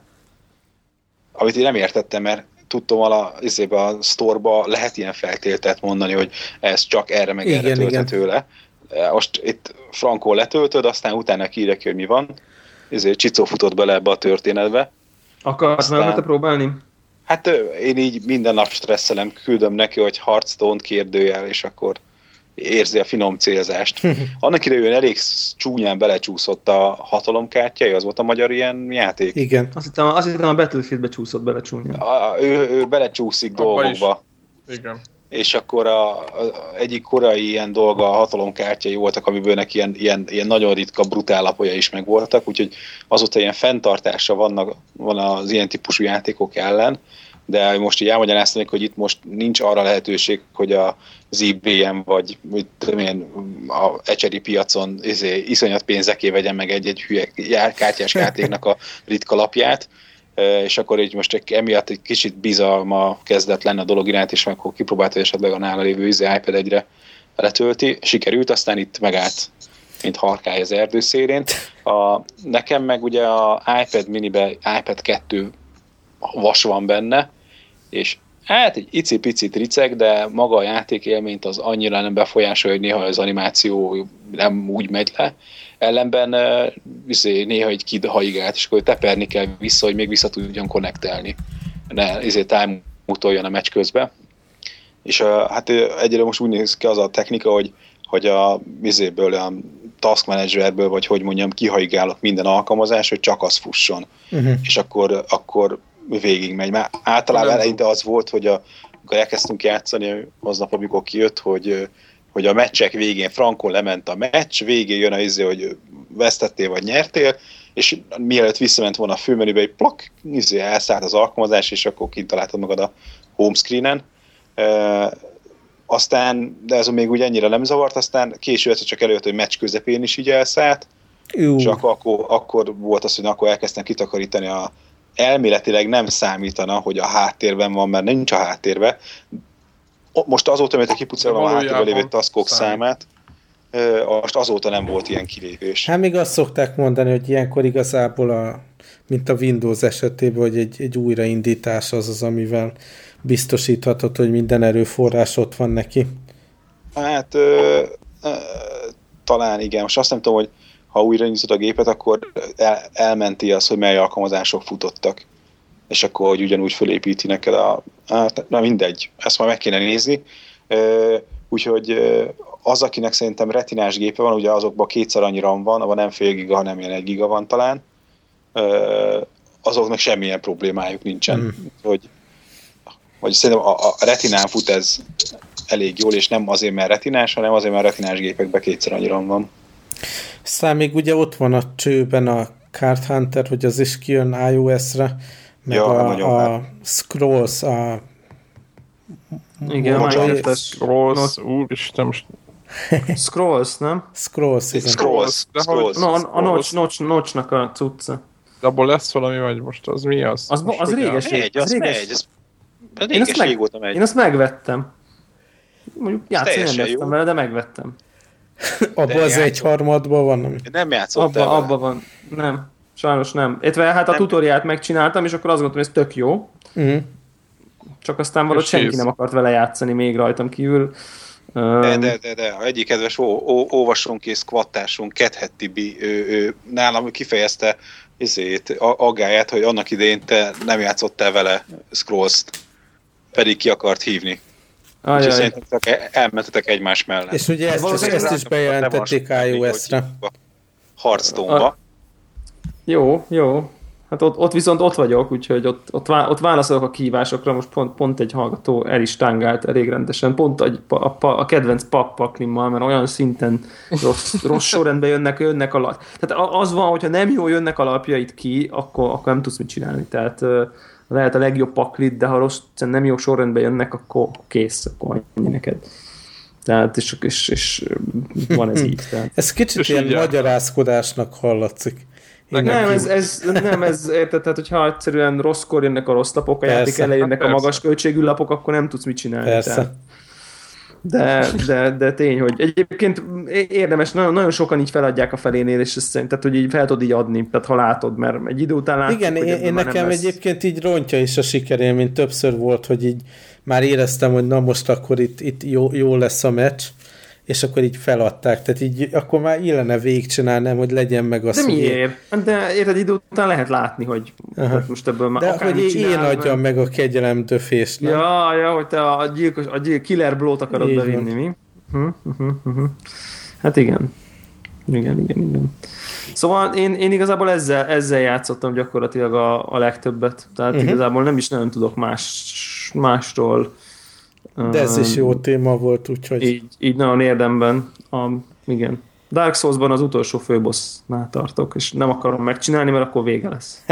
amit én nem értettem, mert tudtam, a, a store-ba lehet ilyen feltételt mondani, hogy ez csak erre meg igen, erre tölthető le. Most itt frankó letöltöd, aztán utána kiírja ki, hogy mi van. Ezért Csicó futott bele ebbe a történetbe. Akarsz meg te próbálni? Hát én így minden nap stresszelem, küldöm neki, hogy Hearthstone kérdőjel, és akkor érzi a finom célzást. Annak idején elég csúnyán belecsúszott a hatalomkártyája, az volt a magyar ilyen játék. Igen. Azt hittem, azt hittem a Battlefieldbe csúszott bele csúnyán. A, ő, ő belecsúszik Abba dolgokba. Is. Igen. És akkor a, a, egyik korai ilyen dolga a hatalomkártyai voltak, amiből neki ilyen, ilyen, ilyen nagyon ritka, brutál lapja is meg voltak, úgyhogy azóta ilyen fenntartása vannak, van az ilyen típusú játékok ellen, de most így elmagyaráztanék, hogy itt most nincs arra lehetőség, hogy az i bé em vagy mit tudom én, a ecseri piacon izé, iszonyat pénzeké vegyen meg egy-egy hülye kártyás játéknak a ritka lapját, és akkor így most emiatt egy kicsit bizalma kezdett lenni a dolog iránt, és akkor kipróbálta, hogy esetleg a nála lévő izé iPad egyre letölti, sikerült, aztán itt megállt, mint harkály az erdő szélén. A, nekem meg ugye a iPad minibe iPad kettő vas van benne, és hát egy icipici tricek, de maga a játékélményt az annyira nem befolyásolja, hogy néha az animáció nem úgy megy le. Ellenben izé, néha egy kidhaigált, és akkor teperni kell vissza, hogy még vissza tudjon konnektelni. Ne izé, tájmutoljon a meccs közben. És uh, hát egyre most úgy néz ki az a technika, hogy, hogy a izéből, a task managerből, vagy hogy mondjam, kihaigálok minden alkalmazás, hogy csak az fusson. Uh-huh. És akkor, akkor végig megy. Már általában eleinte az volt, hogy a, amikor elkezdtünk játszani aznap, amikor kijött, hogy, hogy a meccsek végén frankon lement a meccs, végén jön a izé, hogy vesztettél vagy nyertél, és mielőtt visszament volna a főmenübe, egy plak, izé, elszállt az alkalmazás, és akkor kint találtad magad a homescreenen. E, aztán, de ez még úgy ennyire nem zavart, aztán később csak előtt, hogy meccs közepén is így elszállt, Jú. és akkor, akkor, akkor volt az, hogy akkor elkezdtem kitakarítani a elméletileg nem számítana, hogy a háttérben van, mert nincs a háttérben. Most azóta, amit a kipucolom a háttérben lévő taskok számát, most azóta nem volt ilyen kilépés. Hát még azt szokták mondani, hogy ilyenkor igazából, a, mint a Windows esetében, hogy egy, egy újraindítás az az, amivel biztosíthatod, hogy minden erőforrás ott van neki. Hát ö, ö, talán igen. Most azt nem tudom, hogy ha újraindítod a gépet, akkor el, elmenti az, hogy mely alkalmazások futottak. És akkor, hogy ugyanúgy fölépíti neked a... Hát, na mindegy, ezt már meg kéne nézni. Úgyhogy az, akinek szerintem retinás gépe van, ugye azokban kétszer annyi RAM van, abban nem fél giga, hanem ilyen egy giga van talán, azoknak semmilyen problémájuk nincsen. Mm. Hogy, hogy szerintem a, a retinán fut ez elég jól, és nem azért, mert retinás, hanem azért, mert a retinás gépekben kétszer annyi RAM van. Aztán még ugye ott van a csőben a Card Hunter, hogy az is kijön iOS-re, meg ja, a, a Scrolls, a... Igen, a Scrolls, úristen, most... Scrolls, nem? Scrolls, igen. Scrolls, Scrolls. No, a, a Notch, Notch, Notch-nak a cucca. De abból lesz valami, vagy most az mi az? Az, az, az réges. Megy, az megy, az réges régóta megy. Én azt megvettem. Mondjuk játszani nem vettem vele, de megvettem. Abban az egy harmadban van? Ami... Nem játszottál Abban abba van. Nem. Sajnos nem. Értve, hát a nem. tutoriát megcsináltam, és akkor azt gondoltam, hogy ez tök jó. Uh-huh. Csak aztán valahogy senki nem akart vele játszani még rajtam kívül. De, de, de, de. A egyik kedves ó, ó, óvasunk és squattásunk, Cat Hat Tibi, ő, ő, nálam kifejezte izét, aggáját, hogy annak idején te nem játszottál vele Scrolls-t, pedig ki akart hívni. Úgyhogy szerintem elmentetek egymás mellett. És ugye ezt, ezt, ezt is bejelentették iOS-re. Hearthstone-ba. Jó, jó. Hát ott, ott viszont ott vagyok, úgyhogy ott, ott, ott válaszolok a kihívásokra. Most pont, pont egy hallgató el is tángált elég rendesen. Pont a, a, a, a kedvenc pappaklimmal, mert olyan szinten rossz, rossz sorrendben jönnek, jönnek alap. Tehát az van, hogyha nem jól jönnek alapjait ki, akkor, akkor nem tudsz mit csinálni. Tehát lehet a legjobb paklit, de ha rossz, nem jó sorrendben jönnek, akkor kész, akkor annyi neked. Tehát, és, és, és van ez így. Tehát. Ez kicsit ilyen magyarázkodásnak hallatszik. Nem ez, ez, nem, ez érted, tehát hogyha egyszerűen rosszkor jönnek a rossz lapok, a persze, játék elején jönnek a magas költségű lapok, akkor nem tudsz mit csinálni. Persze. De, de, de tény, hogy egyébként érdemes, nagyon, nagyon sokan így feladják a felénél, és ezt szerint, tehát hogy így fel tudod így adni, tehát ha látod, mert egy idő után látod, igen, hogy én, én nekem egyébként így rontja is a sikerélmény, többször volt, hogy így már éreztem, hogy na most akkor itt, itt jó, jó lesz a meccs, és akkor így feladták, tehát így akkor már illene végigcsinálnám, hogy legyen meg az, de miért? Hogy... De érted, idő után lehet látni, hogy most ebből már de hogy csinál, én adjam meg a kegyelem döfést, nem? Ja, ja, hogy te a, gyilkos, a gyilkos, killer blow-t akarod így bevinni, mi? Uh-huh, uh-huh, uh-huh. Hát igen. Igen, igen, igen. Szóval én, én igazából ezzel, ezzel játszottam gyakorlatilag a, a legtöbbet, tehát uh-huh. igazából nem is nagyon tudok más, másról. De ez is jó téma volt, úgyhogy... Így, így nagyon érdemben. Um, igen. Dark Souls-ban az utolsó főbossnál tartok, és nem akarom megcsinálni, mert akkor vége lesz.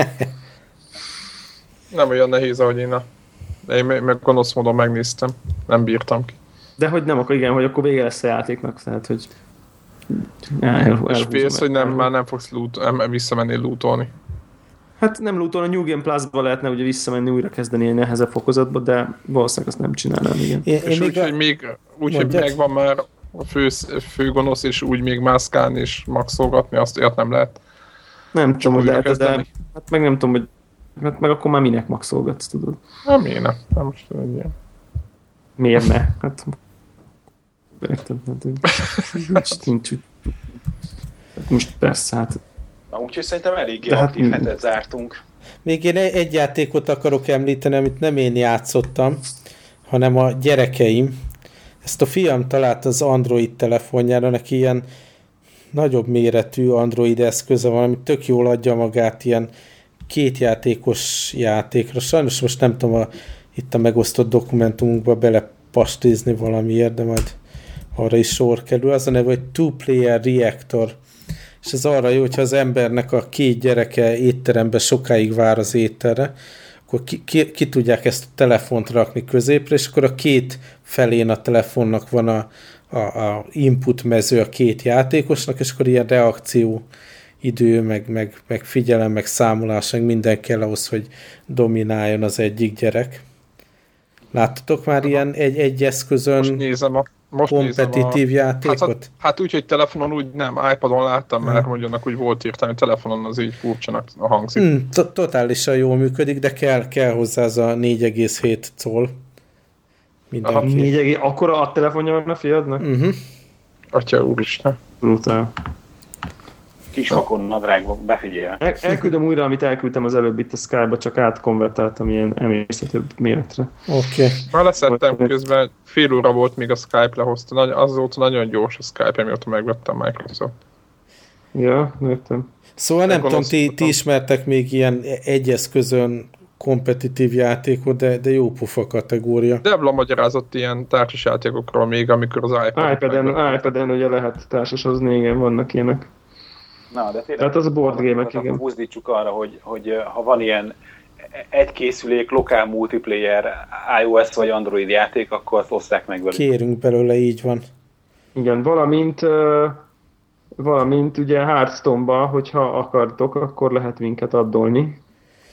Nem olyan nehéz, ahogy én a... Én meg gonosz módon megnéztem. Nem bírtam ki. De hogy nem, akkor igen, hogy akkor vége lesz a játéknak, tehát, hogy... El, el, és félsz, hogy nem, már nem fogsz loot, nem visszamenni lootolni. Hát nem lootolni, a New Game Plus-ba lehetne ugye visszamenni, újra kezdeni egy nehezebb fokozatba, de valószínűleg azt nem csinálnám, igen. Én, és úgy, a... hogy még úgy, hogy megvan már a fő, fő gonosz, és úgy még mászkálni és maxolgatni, azt ilyet nem lehet. Nem tudom, hogy lehet, de hát meg nem tudom, hogy hát meg akkor már minek maxolgatsz, tudod? Nem, miért nem? Nem most tudom, ilyen. Miért ne? Hát nincs, nincs, most persze, hát... Na, úgyhogy szerintem eléggé hát, aktív hetet zártunk. Még én egy játékot akarok említeni, amit nem én játszottam, hanem a gyerekeim. Ezt a fiam talált az Android telefonjára, neki ilyen nagyobb méretű Android eszköze van, ami tök jól adja magát ilyen kétjátékos játékra. Sajnos most nem tudom a, itt a megosztott dokumentumunkba belepastizni valamiért, de majd arra is sor kerül. Az a neve, hogy Two-Player Reactor. És ez arra jó, hogyha az embernek a két gyereke étteremben sokáig vár az étterre, akkor ki, ki, ki tudják ezt a telefont rakni középre, és akkor a két felén a telefonnak van a, a, a input mező a két játékosnak, és akkor ilyen reakció idő, meg, meg, meg figyelem, meg számolás, meg minden kell ahhoz, hogy domináljon az egyik gyerek. Láttatok már ilyen egy, egy eszközön most nézem a, most kompetitív a, játékot? Hát, hát úgy, hogy telefonon úgy nem, iPadon láttam, mert mondjanak, úgy volt írtani, telefonon az így furcsanak a hangzik. Mm, totálisan jól működik, de kell, kell hozzá az a négy egész hét coll. Mindenki. Akkora a telefonja van a fiadnak? Uh-huh. Atya úristen. Brutál. Kis vakon nadrágba, befigyel. El, elküldöm újra, amit elküldtem az előbb itt a Skype-ba, csak átkonvertáltam ilyen emésztetőbb méretre. Oké. Okay. Már leszettem közben, fél óra volt, még a Skype lehozta. Azóta nagyon gyors a Skype, amióta megvettem Microsoft. Ja, értem. Szóval nem tudom, ti, ti ismertek még ilyen egy eszközön kompetitív játékot, de, de jó pufa kategória. Debla magyarázott ilyen társasjátékokról még, amikor az iPad iPad-en, iPad-en ugye lehet társasozni, igen, vannak ilyenek. Na, de tényleg, tehát az a board game-ek, igen. Húzdítsuk arra, hogy, hogy ha van ilyen egy készülék, lokál multiplayer, iOS vagy Android játék, akkor azt osszák meg velük. Kérünk belőle, így van. Igen, valamint, uh, valamint ugye Hearthstone-ba, hogyha akartok, akkor lehet minket addolni.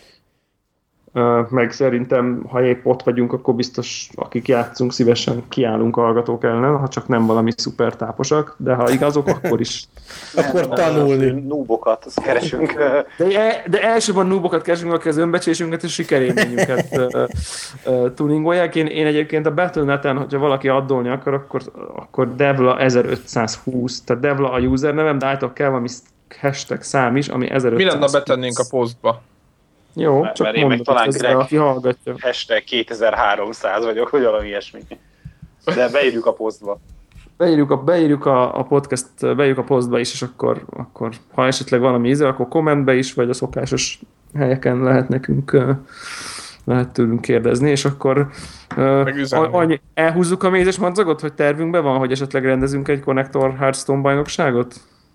Uh, meg szerintem, ha épp ott vagyunk, akkor biztos, akik játszunk, szívesen kiállunk hallgatók ellen, ha csak nem valami szuper táposak, de ha igazok, akkor is. Akkor tanulni. Noobokat, azt keresünk. De, de elsőben noobokat keresünk, akik az önbecsésünket és sikerélményünket uh, uh, tuningolják. Én, én egyébként a Battle dot net-en, hogyha valaki addolni akar, akkor, akkor Devla ezerötszázhúsz, tehát Devla a user nevem, de állítok kell valami hashtag szám is, ami ezerötszázhúsz. Mi lenne, betennénk a posztba? Jó, mert, csak mondod, talán ezzel, aki hallgatja. Hashtag kétezer-háromszáz vagyok, vagy valami ilyesmi. De beírjuk a posztba. Beírjuk a, beírjuk a, a podcast, beírjuk a posztba is, és akkor, akkor ha esetleg valami íze, akkor kommentbe is, vagy a szokásos helyeken lehet nekünk, lehet tőlünk kérdezni, és akkor annyi, elhúzzuk a mézes madzagot, hogy tervünkben van, hogy esetleg rendezünk egy Connector Hearthstone bajnokságot?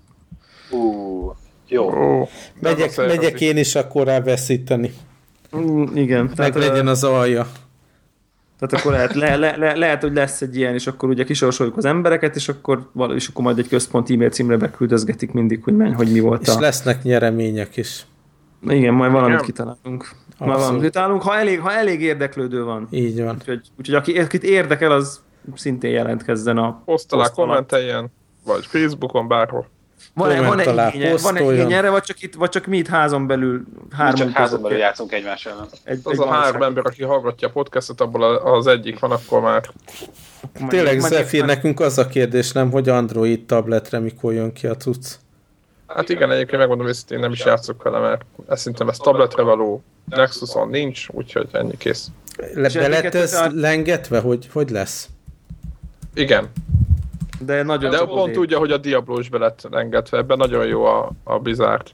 Uh. Jó. Oh, megyek, megyek én is akkor elveszíteni. Mm, igen. Meg tehát, legyen az alja. Tehát akkor lehet, le, le, le, lehet, hogy lesz egy ilyen, és akkor ugye kisorsoljuk az embereket, és akkor, és akkor majd egy központi e-mail címre beküldözgetik mindig, hogy menj, hogy mi volt és a... És lesznek nyeremények is. Igen, majd valamit igen. kitalálunk. Majd valamit kitalálunk, ha elég, ha elég érdeklődő van. Így van. Úgyhogy, úgyhogy aki, akit érdekel, az szintén jelentkezzen a... Posztalá, kommenteljen, vagy Facebookon, bárhol. Van-e, van-e igénye, van-e igénye erre, vagy csak, itt, vagy csak mi itt házon belül hárman csak házon belül játszunk egymás ellen. Egy, az egy a három ember, aki hallgatja a podcastot, abból az egyik van, akkor már... Tényleg, Zephyr, nekünk az a kérdés, nem, hogy Android tabletre mikor jön ki a cucc? Hát igen, egyébként megmondom őszintén, én nem is játszok vele, mert ezt szerintem ez tabletre való, Nexuson nincs, úgyhogy ennyi kész. Le, be lett ez a... lengetve, hogy, hogy lesz? Igen. De, nagyon De pont tudja, hogy a Diablo is be lett lengetve, ebben nagyon jó a, a Blizzard.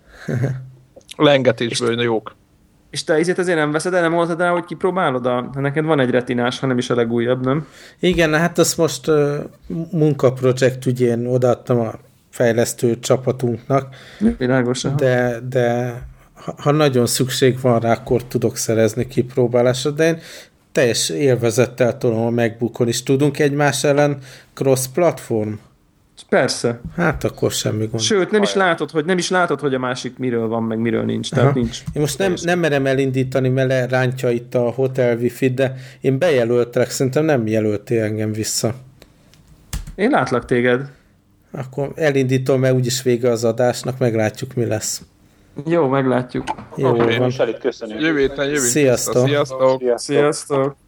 Lengetésből jók. És te ezért azért nem veszed el, nem mondtad el, hogy kipróbálod? A... Neked van egy retinás, ha nem is a legújabb, nem? Igen, hát azt most uh, munkaprojekt ügyén odaadtam a fejlesztő csapatunknak. Világosan. De, de ha, ha nagyon szükség van rá, akkor tudok szerezni kipróbálásra, de én teljes élvezettel tolom a MacBookon is. Tudunk egymás ellen cross-platform? Persze. Hát akkor semmi gond. Sőt, nem is látod, hogy nem is látod, hogy a másik miről van, meg miről nincs. Tehát nincs. Én most nem, nem merem elindítani, mert lerántja itt a hotel wifi, de én bejelöltelek, szerintem nem jelöltél engem vissza. Én látlak téged. Akkor elindítom, mert úgyis vége az adásnak, meglátjuk, mi lesz. Jó, meglátjuk. Jó, okay, van. Köszönjük. Jövő héten jövünk. Sziasztok. Sziasztok. Sziasztok.